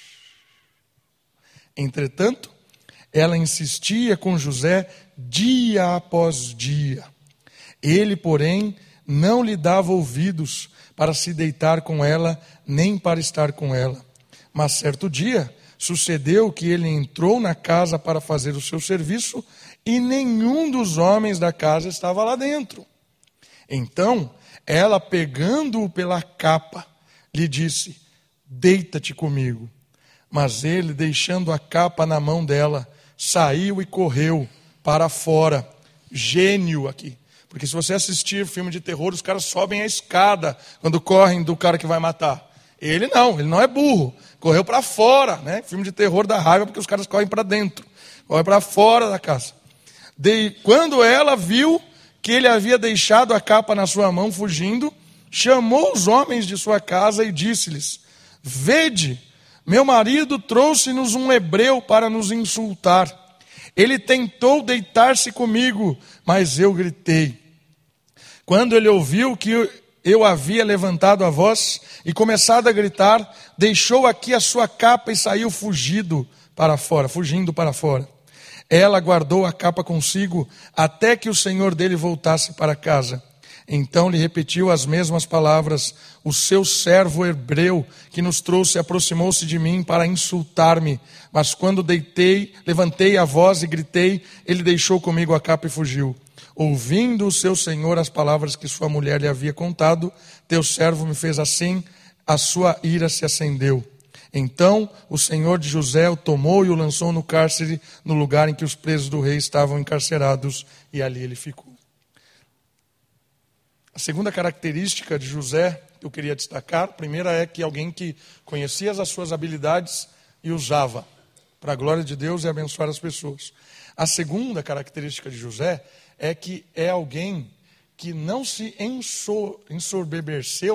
A: Entretanto, ela insistia com José dia após dia. Ele, porém, não lhe dava ouvidos para se deitar com ela, nem para estar com ela. Mas certo dia, sucedeu que ele entrou na casa para fazer o seu serviço e nenhum dos homens da casa estava lá dentro. Então, ela, pegando-o pela capa, lhe disse: deita-te comigo. Mas ele, deixando a capa na mão dela, saiu e correu para fora. Gênio aqui. Porque se você assistir filme de terror, os caras sobem a escada quando correm do cara que vai matar. Ele não é burro. Correu para fora, né? Filme de terror dá raiva porque os caras correm para dentro. Correm para fora da casa. Quando ela viu que ele havia deixado a capa na sua mão, fugindo, chamou os homens de sua casa e disse-lhes: vede, meu marido trouxe-nos um hebreu para nos insultar. Ele tentou deitar-se comigo, mas eu gritei. Quando ele ouviu que eu havia levantado a voz e começado a gritar, deixou aqui a sua capa e saiu fugindo para fora. Ela guardou a capa consigo até que o senhor dele voltasse para casa. Então lhe repetiu as mesmas palavras. O seu servo hebreu que nos trouxe aproximou-se de mim para insultar-me. Mas quando levantei a voz e gritei, ele deixou comigo a capa e fugiu. Ouvindo o seu senhor as palavras que sua mulher lhe havia contado, teu servo me fez assim, a sua ira se acendeu. Então o senhor de José o tomou e o lançou no cárcere, no lugar em que os presos do rei estavam encarcerados, e ali ele ficou. A segunda característica de José que eu queria destacar, a primeira é que alguém que conhecia as suas habilidades e usava para a glória de Deus e abençoar as pessoas. A segunda característica de José é que é alguém que não se ensoberbeceu,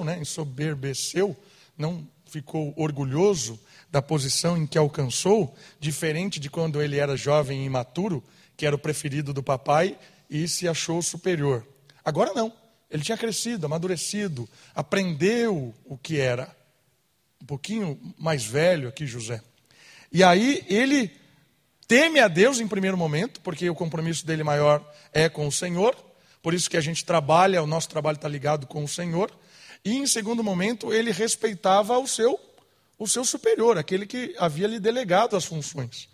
A: não ficou orgulhoso da posição em que alcançou, diferente de quando ele era jovem e imaturo, que era o preferido do papai e se achou superior. Agora não, ele tinha crescido, amadurecido, aprendeu o que era. Um pouquinho mais velho aqui, José. E aí ele teme a Deus em primeiro momento, porque o compromisso dele maior é com o Senhor, por isso que a gente trabalha, o nosso trabalho está ligado com o Senhor. E em segundo momento, ele respeitava o seu superior, aquele que havia lhe delegado as funções.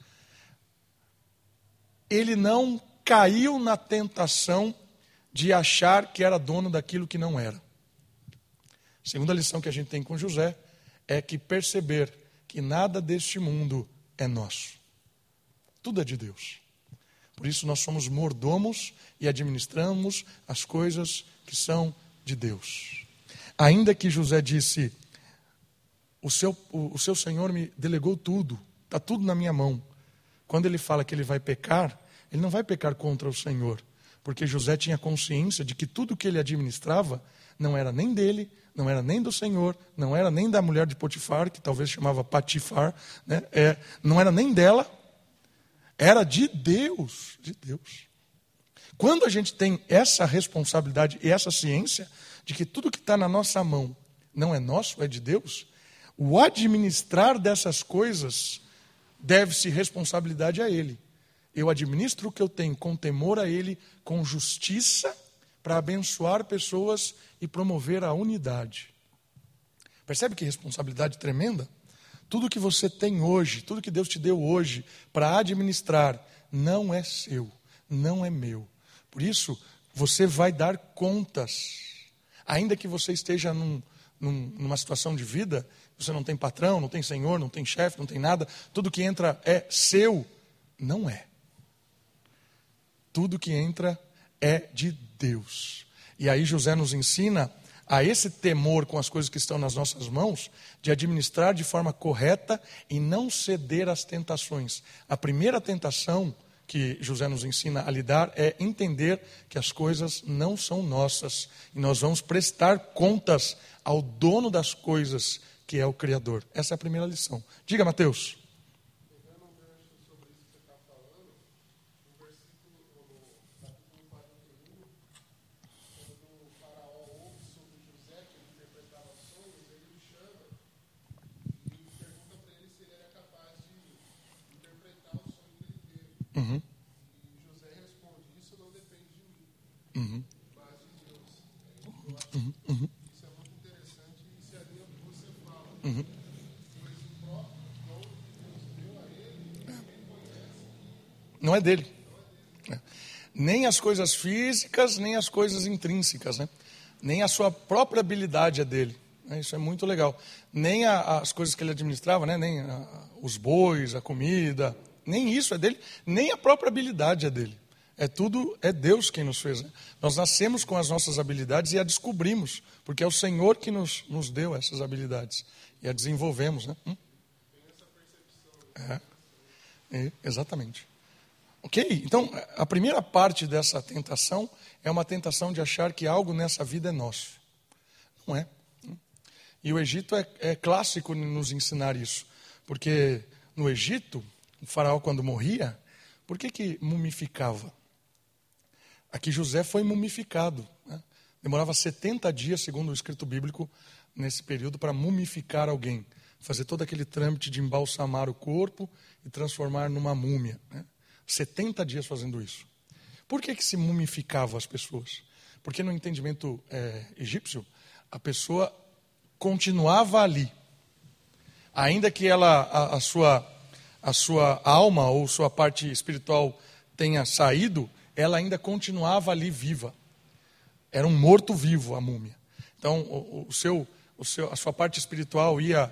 A: Ele não caiu na tentação de achar que era dono daquilo que não era. A segunda lição que a gente tem com José é que perceber que nada deste mundo é nosso. Tudo é de Deus. Por isso nós somos mordomos e administramos as coisas que são de Deus. Ainda que José disse, o seu Senhor me delegou tudo, está tudo na minha mão. Quando ele fala que ele vai pecar, ele não vai pecar contra o Senhor, porque José tinha consciência de que tudo que ele administrava não era nem dele, não era nem do Senhor, não era nem da mulher de Potifar, que talvez chamava Patifar, né? Não era nem dela, era de Deus, de Deus. Quando a gente tem essa responsabilidade e essa ciência de que tudo que está na nossa mão não é nosso, é de Deus, o administrar dessas coisas deve-se responsabilidade a Ele. Eu administro o que eu tenho com temor a Ele, com justiça, para abençoar pessoas e promover a unidade. Percebe que responsabilidade tremenda? Tudo que você tem hoje, tudo que Deus te deu hoje para administrar, não é seu, não é meu. Por isso, você vai dar contas. Ainda que você esteja numa situação de vida, você não tem patrão, não tem senhor, não tem chefe, não tem nada, tudo que entra é seu, não é. Tudo que entra é de Deus. E aí José nos ensina a esse temor com as coisas que estão nas nossas mãos, de administrar de forma correta e não ceder às tentações. A primeira tentação que José nos ensina a lidar é entender que as coisas não são nossas. E nós vamos prestar contas ao dono das coisas, que é o Criador. Essa é a primeira lição. Diga, Mateus.
B: Pegando um gancho sobre isso que você está falando, no versículo, no capítulo 41, quando o faraó ouve sobre José, que ele interpretava sonhos, ele o chama e pergunta para ele se ele era capaz de interpretar o sonho que ele teve.
A: Uhum.
B: E José responde, isso não depende de mim,
A: Uhum.
B: mas de Deus. Eu acho que isso é muito interessante e se alinha ao que você fala.
A: Uhum.
B: Pois o próprio dom que Deus deu a ele reconhece que
A: Não é dele. É. Nem as coisas físicas, nem as coisas intrínsecas, né? Nem a sua própria habilidade é dele. Isso é muito legal. Nem as coisas que ele administrava, né? Nem os bois, a comida, nem isso é dele, nem a própria habilidade é dele. É Deus quem nos fez. Né? Nós nascemos com as nossas habilidades e a descobrimos, porque é o Senhor que nos deu essas habilidades. E a desenvolvemos, né?
B: tem essa percepção.
A: Exatamente. Ok? Então, a primeira parte dessa tentação é uma tentação de achar que algo nessa vida é nosso. Não é. E o Egito é clássico nos ensinar isso. Porque no Egito, o faraó quando morria, por que mumificava? Aqui José foi mumificado. Né? Demorava 70 dias, segundo o escrito bíblico, nesse período, para mumificar alguém. Fazer todo aquele trâmite de embalsamar o corpo e transformar numa múmia. Né? 70 dias fazendo isso. Por que se mumificavam as pessoas? Porque no entendimento egípcio, a pessoa continuava ali. Ainda que a sua alma ou sua parte espiritual tenha saído, ela ainda continuava ali viva. Era um morto-vivo a múmia. Então, a sua parte espiritual ia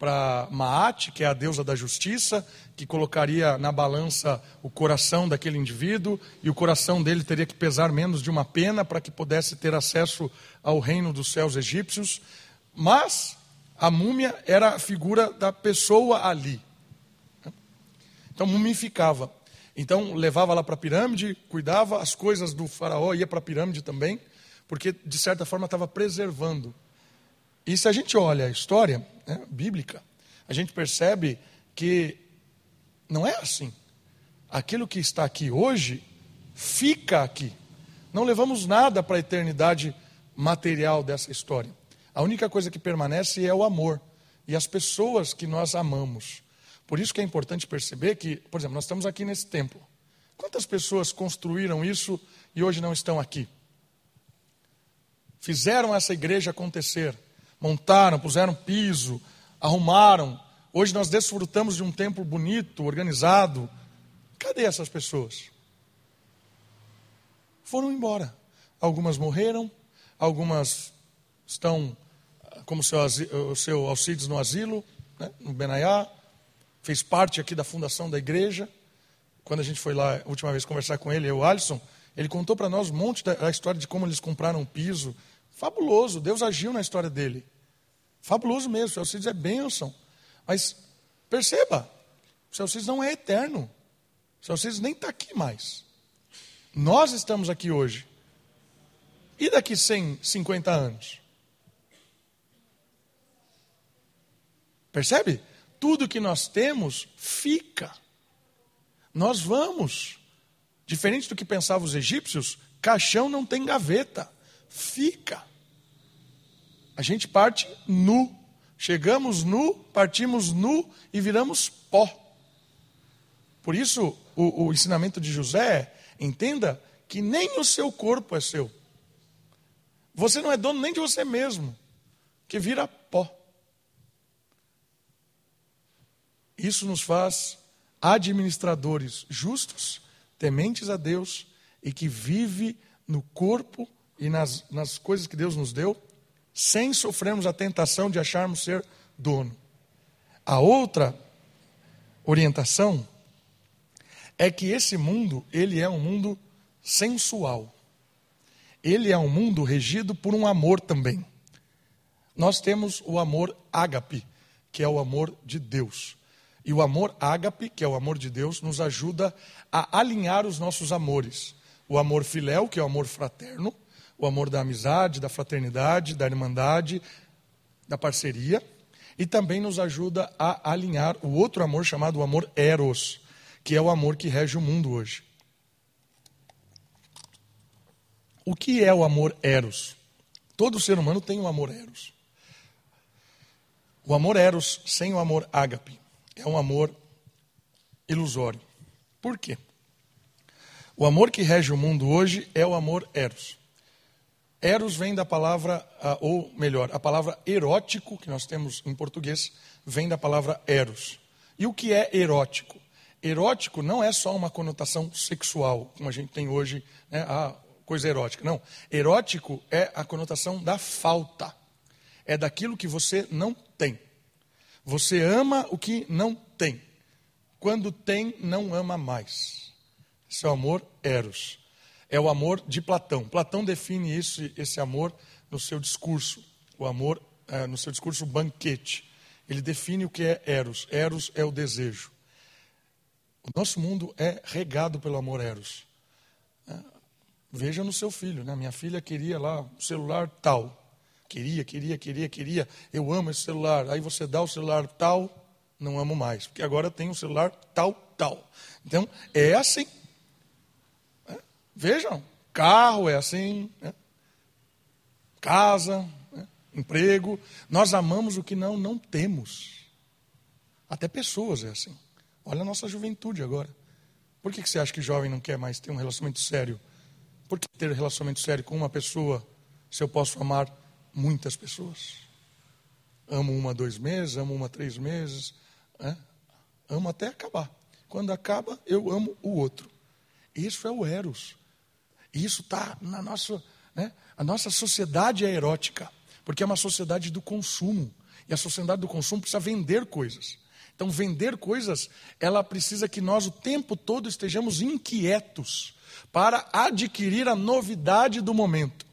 A: para Maat, que é a deusa da justiça, que colocaria na balança o coração daquele indivíduo, e o coração dele teria que pesar menos de uma pena para que pudesse ter acesso ao reino dos céus egípcios. Mas a múmia era a figura da pessoa ali. Então mumificava. Então levava lá para a pirâmide, cuidava, as coisas do faraó ia para a pirâmide também, porque de certa forma estava preservando. E se a gente olha a história bíblica, a gente percebe que não é assim. Aquilo que está aqui hoje, fica aqui. Não levamos nada para a eternidade material dessa história. A única coisa que permanece é o amor e as pessoas que nós amamos. Por isso que é importante perceber que, por exemplo, nós estamos aqui nesse templo. Quantas pessoas construíram isso e hoje não estão aqui? Fizeram essa igreja acontecer. Montaram, puseram piso, arrumaram. Hoje nós desfrutamos de um templo bonito, organizado. Cadê essas pessoas? Foram embora. Algumas morreram, algumas estão como o seu Alcides no asilo, no Benaiá. Fez parte aqui da fundação da igreja. Quando a gente foi lá a última vez conversar com ele, o Alisson, ele contou para nós um monte da história de como eles compraram um piso. Fabuloso, Deus agiu na história dele. Fabuloso mesmo, o seu Alcides é bênção. Mas perceba, o seu Alcides não é eterno. O seu Alcides nem está aqui mais. Nós estamos aqui hoje. E daqui 150 anos? Percebe? Tudo que nós temos fica. Nós vamos. Diferente do que pensavam os egípcios, caixão não tem gaveta. Fica. A gente parte nu. Chegamos nu, partimos nu e viramos pó. Por isso, o ensinamento de José é, entenda que nem o seu corpo é seu. Você não é dono nem de você mesmo, que vira pó. Isso nos faz administradores justos, tementes a Deus e que vive no corpo e nas coisas que Deus nos deu, sem sofrermos a tentação de acharmos ser dono. A outra orientação é que esse mundo, ele é um mundo sensual. Ele é um mundo regido por um amor também. Nós temos o amor ágape, que é o amor de Deus. E o amor ágape, que é o amor de Deus, nos ajuda a alinhar os nossos amores. O amor filéu, que é o amor fraterno, o amor da amizade, da fraternidade, da irmandade, da parceria. E também nos ajuda a alinhar o outro amor chamado o amor eros, que é o amor que rege o mundo hoje. O que é o amor eros? Todo ser humano tem um amor eros. O amor eros sem o amor ágape é um amor ilusório. Por quê? O amor que rege o mundo hoje é o amor eros. Eros vem da palavra, ou melhor, a palavra erótico, que nós temos em português, vem da palavra eros. E o que é erótico? Erótico não é só uma conotação sexual, como a gente tem hoje, a coisa erótica. Não, erótico é a conotação da falta. É daquilo que você não tem. Você ama o que não tem. Quando tem, não ama mais. Esse é o amor eros. É o amor de Platão. Platão define esse amor no seu discurso. O amor, no seu discurso banquete. Ele define o que é eros. Eros é o desejo. O nosso mundo é regado pelo amor eros. Veja no seu filho, né? Minha filha queria lá um celular tal. Queria. Eu amo esse celular. Aí você dá o celular tal, não amo mais. Porque agora tem um celular tal. Então, é assim. Vejam, carro é assim. Casa, emprego. Nós amamos o que não temos. Até pessoas é assim. Olha a nossa juventude agora. Por que você acha que jovem não quer mais ter um relacionamento sério? Por que ter um relacionamento sério com uma pessoa se eu posso amar muitas pessoas? Amo uma 2 meses, amo uma 3 meses, amo até acabar. Quando acaba, eu amo o outro. Isso é o eros. Isso está na nossa... A nossa sociedade é erótica, porque é uma sociedade do consumo. E a sociedade do consumo precisa vender coisas. Então, vender coisas, ela precisa que nós o tempo todo estejamos inquietos para adquirir a novidade do momento.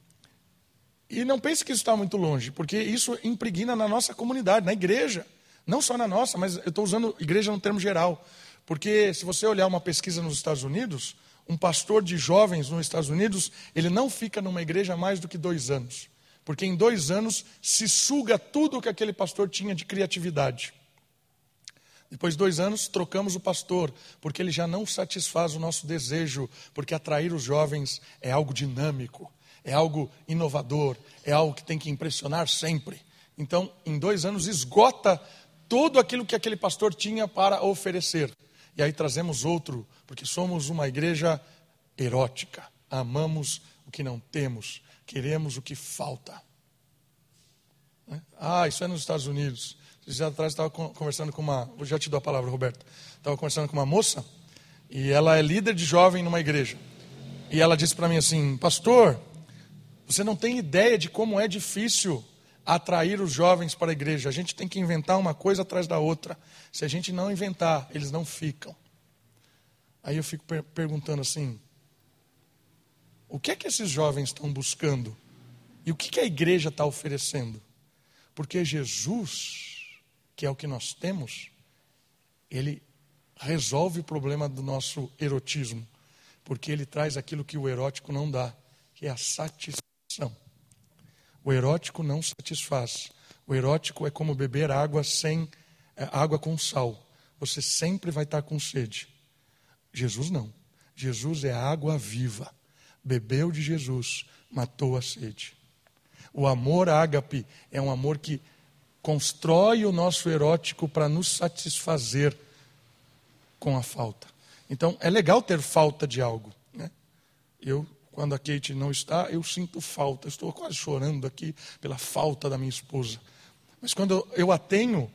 A: E não pense que isso está muito longe, porque isso impregna na nossa comunidade, na igreja. Não só na nossa, mas eu estou usando igreja no termo geral. Porque se você olhar uma pesquisa nos Estados Unidos, um pastor de jovens nos Estados Unidos, ele não fica numa igreja mais do que 2 anos. Porque em 2 anos se suga tudo o que aquele pastor tinha de criatividade. Depois de 2 anos, trocamos o pastor, porque ele já não satisfaz o nosso desejo, porque atrair os jovens é algo dinâmico, é algo inovador, é algo que tem que impressionar sempre. Então, em 2 anos, esgota tudo aquilo que aquele pastor tinha para oferecer. E aí trazemos outro, porque somos uma igreja erótica. Amamos o que não temos, queremos o que falta. Isso é nos Estados Unidos. Dias atrás estava conversando com uma... Eu já te dou a palavra, Roberto. Estava conversando com uma moça, e ela é líder de jovem numa igreja. E ela disse para mim assim, pastor, você não tem ideia de como é difícil atrair os jovens para a igreja. A gente tem que inventar uma coisa atrás da outra. Se a gente não inventar, eles não ficam. Aí eu fico perguntando assim, o que é que esses jovens estão buscando? E o que a igreja está oferecendo? Porque Jesus, que é o que nós temos, ele resolve o problema do nosso erotismo. Porque ele traz aquilo que o erótico não dá, que é a satisfação. O erótico não satisfaz. O erótico é como beber água água com sal. Você sempre vai estar com sede. Jesus não. Jesus é a água viva. Bebeu de Jesus, matou a sede. O amor ágape é um amor que constrói o nosso erótico para nos satisfazer com a falta. Então, é legal ter falta de algo, né? Quando a Kate não está, eu sinto falta. Eu estou quase chorando aqui pela falta da minha esposa. Mas quando eu a tenho,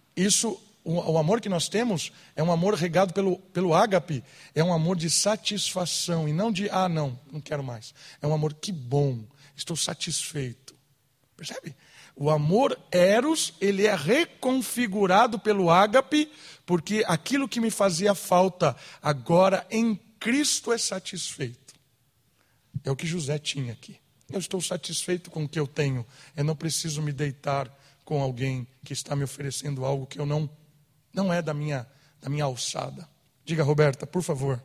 A: o amor que nós temos é um amor regado pelo ágape, é um amor de satisfação e não de, não quero mais. É um amor, que bom, estou satisfeito. Percebe? O amor eros, ele é reconfigurado pelo ágape, porque aquilo que me fazia falta, agora em Cristo é satisfeito. É o que José tinha aqui. Eu estou satisfeito com o que eu tenho. Eu não preciso me deitar com alguém que está me oferecendo algo que eu não é da minha alçada. Diga, Roberta, por favor.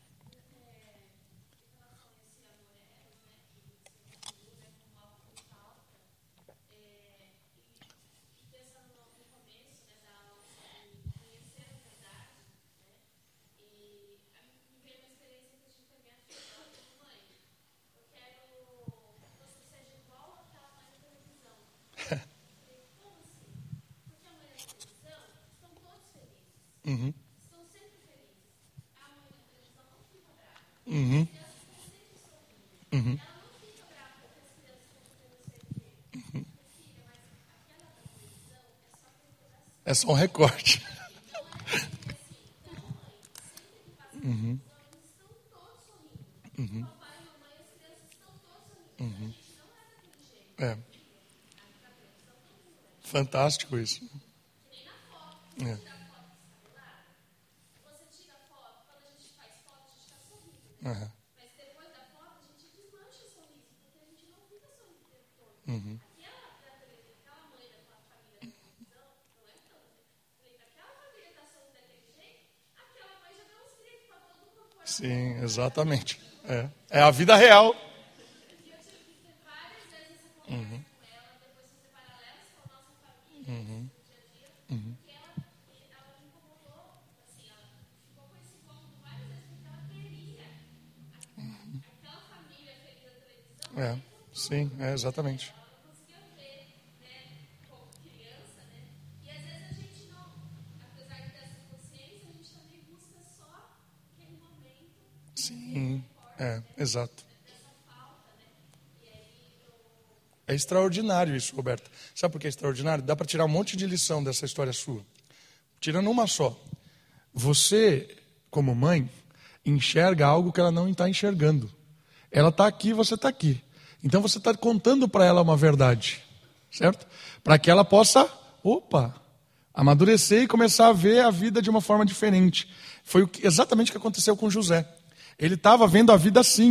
A: Uhum.
B: Estão sempre felizes. A mãe da televisão não fica brava.
A: Uhum.
B: As crianças estão sempre sorrindo.
A: Uhum.
B: Ela não fica brava porque as crianças estão fazendo não sei o quê. Porque, filha, mas aquela da televisão é só aquele pedacinho.
A: É só um recorte.
B: Então, mãe, sempre que passa a televisão, eles estão todos sorrindo. Papai e mamãe, as crianças estão todos sorrindo. A gente não é daquele jeito.
A: É.
B: A televisão todo mundo é.
A: Fantástico isso.
B: Que nem na foto.
A: É.
B: Você tira foto, quando a gente faz foto, a gente está sorrindo.
A: Uhum.
B: Mas depois da foto, a gente desmancha o sorriso, porque a gente não fica sorrindo o tempo todo.
A: Uhum.
B: Aquela mãe daquela família da televisão, não é tanto. Aquela família está sorrindo daquele jeito, aquela mãe já deu uns gritos para todo mundo.
A: Sim, exatamente. É a vida real.
B: E eu tive que ter várias vezes essa conversa com ela, depois fazer paralelos com a nossa família, no dia a dia, porque ela me incomodou, assim, ela ficou com esse incômodo várias vezes, porque ela queria aquela família feliz da televisão.
A: Sim, exatamente.
B: Ela não conseguia ver, né, como criança, né? E às vezes a gente não, apesar dessa consciência, a gente também busca só aquele momento.
A: Sim, exato.
B: Dessa falta, né? E aí
A: É extraordinário isso, Roberta. Sabe por que é extraordinário? Dá para tirar um monte de lição dessa história sua. Tirando uma só. Você, como mãe, enxerga algo que ela não está enxergando. Ela está aqui, você está aqui. Então você está contando para ela uma verdade. certo? Para que ela possa, amadurecer e começar a ver a vida de uma forma diferente. Foi exatamente o que aconteceu com José. Ele estava vendo a vida assim,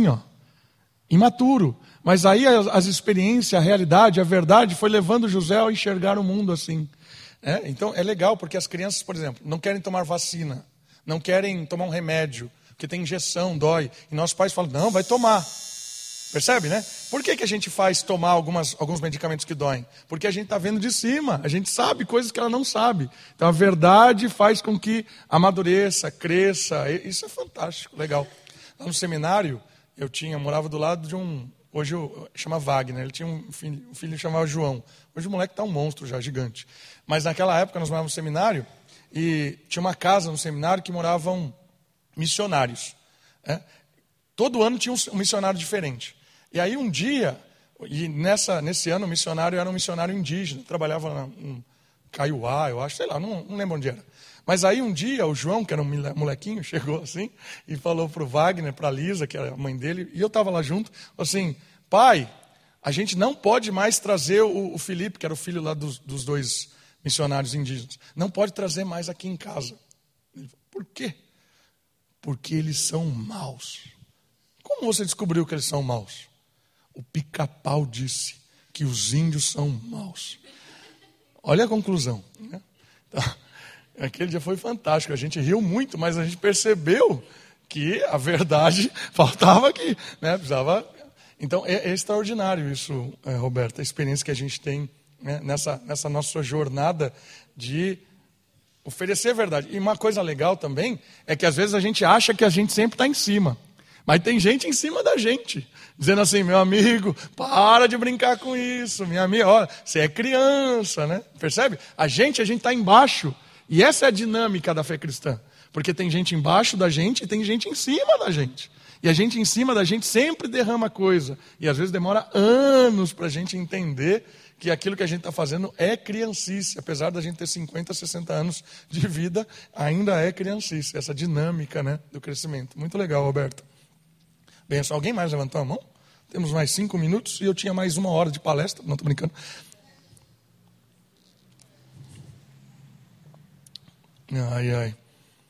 A: imaturo. Mas aí as experiências, a realidade, a verdade foi levando José a enxergar o mundo assim. Então é legal, porque as crianças, por exemplo, não querem tomar vacina, não querem tomar um remédio, porque tem injeção, dói. E nossos pais falam, não, vai tomar. Percebe, né? Por que a gente faz tomar alguns medicamentos que doem? Porque a gente está vendo de cima, a gente sabe coisas que ela não sabe. Então a verdade faz com que amadureça, cresça. Isso é fantástico, legal. Lá no seminário, morava do lado de hoje chama Wagner, ele tinha um filho que chamava João. Hoje o moleque está um monstro já, gigante. Mas naquela época nós morávamos no seminário e tinha uma casa no seminário que moravam missionários. Todo ano tinha um missionário diferente. E aí um dia, nesse ano o missionário era um missionário indígena, trabalhava em Kaiowá, eu acho, sei lá, não lembro onde era. Mas aí um dia o João, que era um molequinho, chegou assim e falou para o Wagner, para a Lisa, que era a mãe dele, e eu estava lá junto, assim, pai, a gente não pode mais trazer o Felipe, que era o filho lá dos dois missionários indígenas, não pode trazer mais aqui em casa. Ele falou, por quê? Porque eles são maus. Como você descobriu que eles são maus? O Pica-Pau disse que os índios são maus. Olha a conclusão, né? Então, aquele dia foi fantástico, a gente riu muito, mas a gente percebeu que a verdade faltava aqui, né? Precisava. Então é extraordinário isso, Roberto, a experiência que a gente tem, né, nessa nossa jornada de oferecer a verdade. E uma coisa legal também é que às vezes a gente acha que a gente sempre está em cima, mas tem gente em cima da gente, dizendo assim, meu amigo, para de brincar com isso, minha amiga, olha, você é criança, né? Percebe? A gente está embaixo. E essa é a dinâmica da fé cristã. Porque tem gente embaixo da gente e tem gente em cima da gente. E a gente em cima da gente sempre derrama coisa. E às vezes demora anos para a gente entender que aquilo que a gente está fazendo é criancice. Apesar da gente ter 50, 60 anos de vida, ainda é criancice. Essa dinâmica, né, do crescimento. Muito legal, Roberto. Bem, só alguém mais levantou a mão? Temos mais 5 minutos e eu tinha mais 1 hora de palestra. Não, estou brincando. Ai.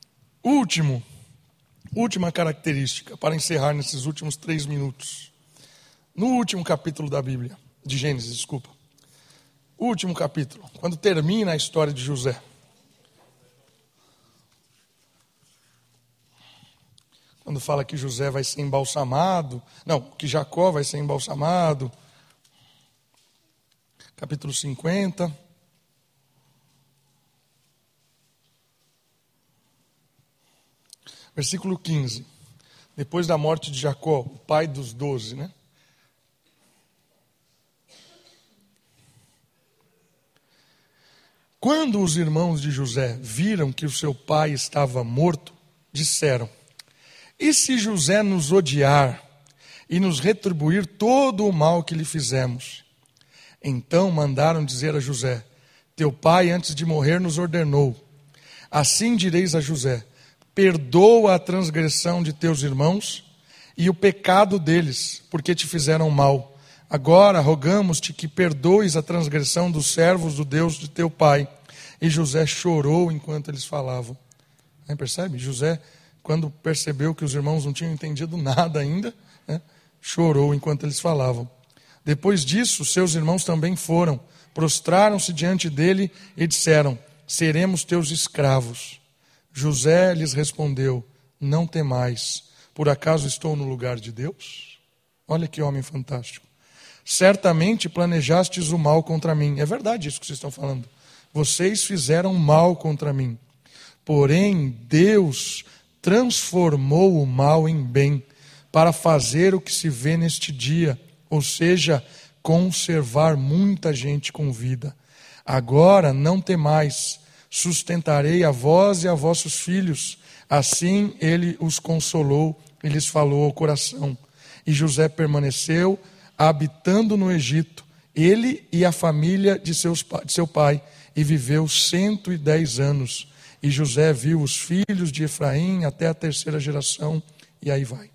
A: Última característica, para encerrar nesses últimos 3 minutos. No último capítulo da Bíblia, de Gênesis, desculpa. Último capítulo, quando termina a história de José. Quando fala que José vai ser embalsamado, que Jacó vai ser embalsamado. Capítulo 50. Versículo 15. Depois da morte de Jacó, o pai dos 12, né? Quando os irmãos de José viram que o seu pai estava morto, disseram, e se José nos odiar e nos retribuir todo o mal que lhe fizemos? Então mandaram dizer a José, teu pai antes de morrer nos ordenou, assim direis a José, perdoa a transgressão de teus irmãos e o pecado deles, porque te fizeram mal. Agora rogamos-te que perdoes a transgressão dos servos do Deus de teu pai. E José chorou enquanto eles falavam. Aí, percebe? José, quando percebeu que os irmãos não tinham entendido nada ainda, né, chorou enquanto eles falavam. Depois disso, seus irmãos também foram, prostraram-se diante dele e disseram, seremos teus escravos. José lhes respondeu, não temais, por acaso estou no lugar de Deus? Olha que homem fantástico. Certamente planejastes o mal contra mim. É verdade isso que vocês estão falando. Vocês fizeram mal contra mim. Porém, Deus transformou o mal em bem, para fazer o que se vê neste dia, ou seja, conservar muita gente com vida. Agora não temais, sustentarei a vós e a vossos filhos. Assim ele os consolou e lhes falou ao coração. E José permaneceu habitando no Egito, ele e a família de seu pai, e viveu 110 anos. E José viu os filhos de Efraim até a 3ª geração, e aí vai.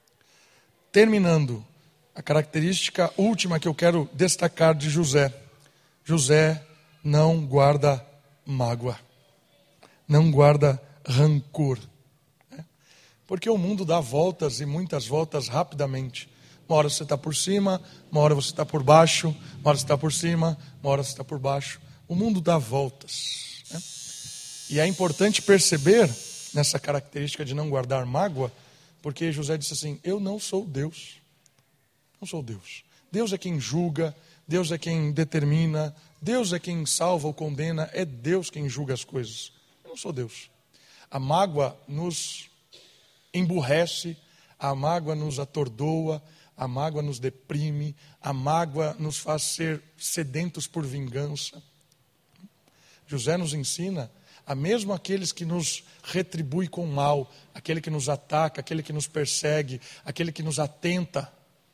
A: Terminando, a característica última que eu quero destacar de José. José não guarda mágoa, não guarda rancor. Porque o mundo dá voltas e muitas voltas rapidamente. Uma hora você está por cima, uma hora você está por baixo, uma hora você está por cima, uma hora você está por baixo. O mundo dá voltas. E é importante perceber nessa característica de não guardar mágoa, porque José disse assim: eu não sou Deus. Não sou Deus. Deus é quem julga, Deus é quem determina, Deus é quem salva ou condena, é Deus quem julga as coisas. Eu não sou Deus. A mágoa nos emburrece, a mágoa nos atordoa, a mágoa nos deprime, a mágoa nos faz ser sedentos por vingança. José nos ensina a mesmo aqueles que nos retribuem com mal, aquele que nos ataca, aquele que nos persegue, aquele que nos atenta,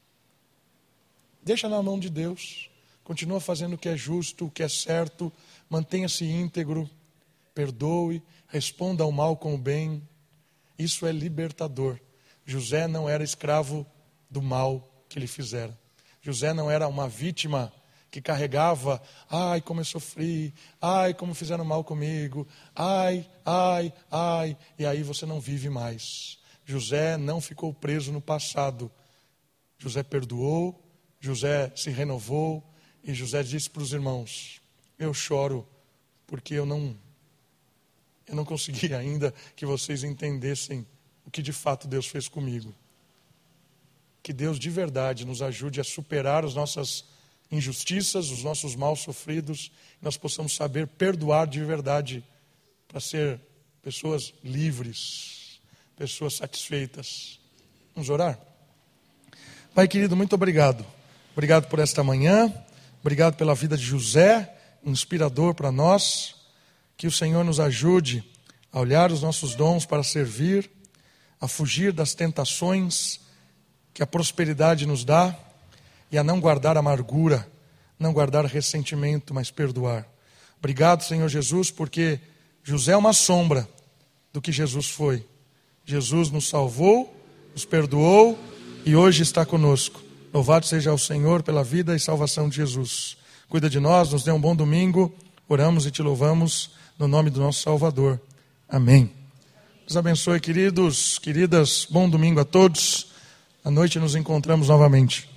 A: deixa na mão de Deus, continua fazendo o que é justo, o que é certo, mantenha-se íntegro, perdoe, responda ao mal com o bem. Isso é libertador. José não era escravo do mal que lhe fizeram. José não era uma vítima que carregava: ai, como eu sofri, ai, como fizeram mal comigo, ai, e aí você não vive mais. José não ficou preso no passado. José perdoou, José se renovou, e José disse para os irmãos: eu choro porque eu não consegui ainda que vocês entendessem o que de fato Deus fez comigo. Que Deus de verdade nos ajude a superar as nossas injustiças, os nossos mal sofridos, e nós possamos saber perdoar de verdade para ser pessoas livres, pessoas satisfeitas. Vamos orar? Pai querido, muito obrigado. Obrigado por esta manhã, obrigado pela vida de José, inspirador para nós. Que o Senhor nos ajude a olhar os nossos dons para servir, a fugir das tentações que a prosperidade nos dá e a não guardar amargura, não guardar ressentimento, mas perdoar. Obrigado, Senhor Jesus, porque José é uma sombra do que Jesus foi. Jesus nos salvou, nos perdoou e hoje está conosco. Louvado seja o Senhor pela vida e salvação de Jesus. Cuida de nós, nos dê um bom domingo. Oramos e te louvamos no nome do nosso Salvador. Amém. Deus abençoe, queridos, queridas. Bom domingo a todos. À noite nos encontramos novamente.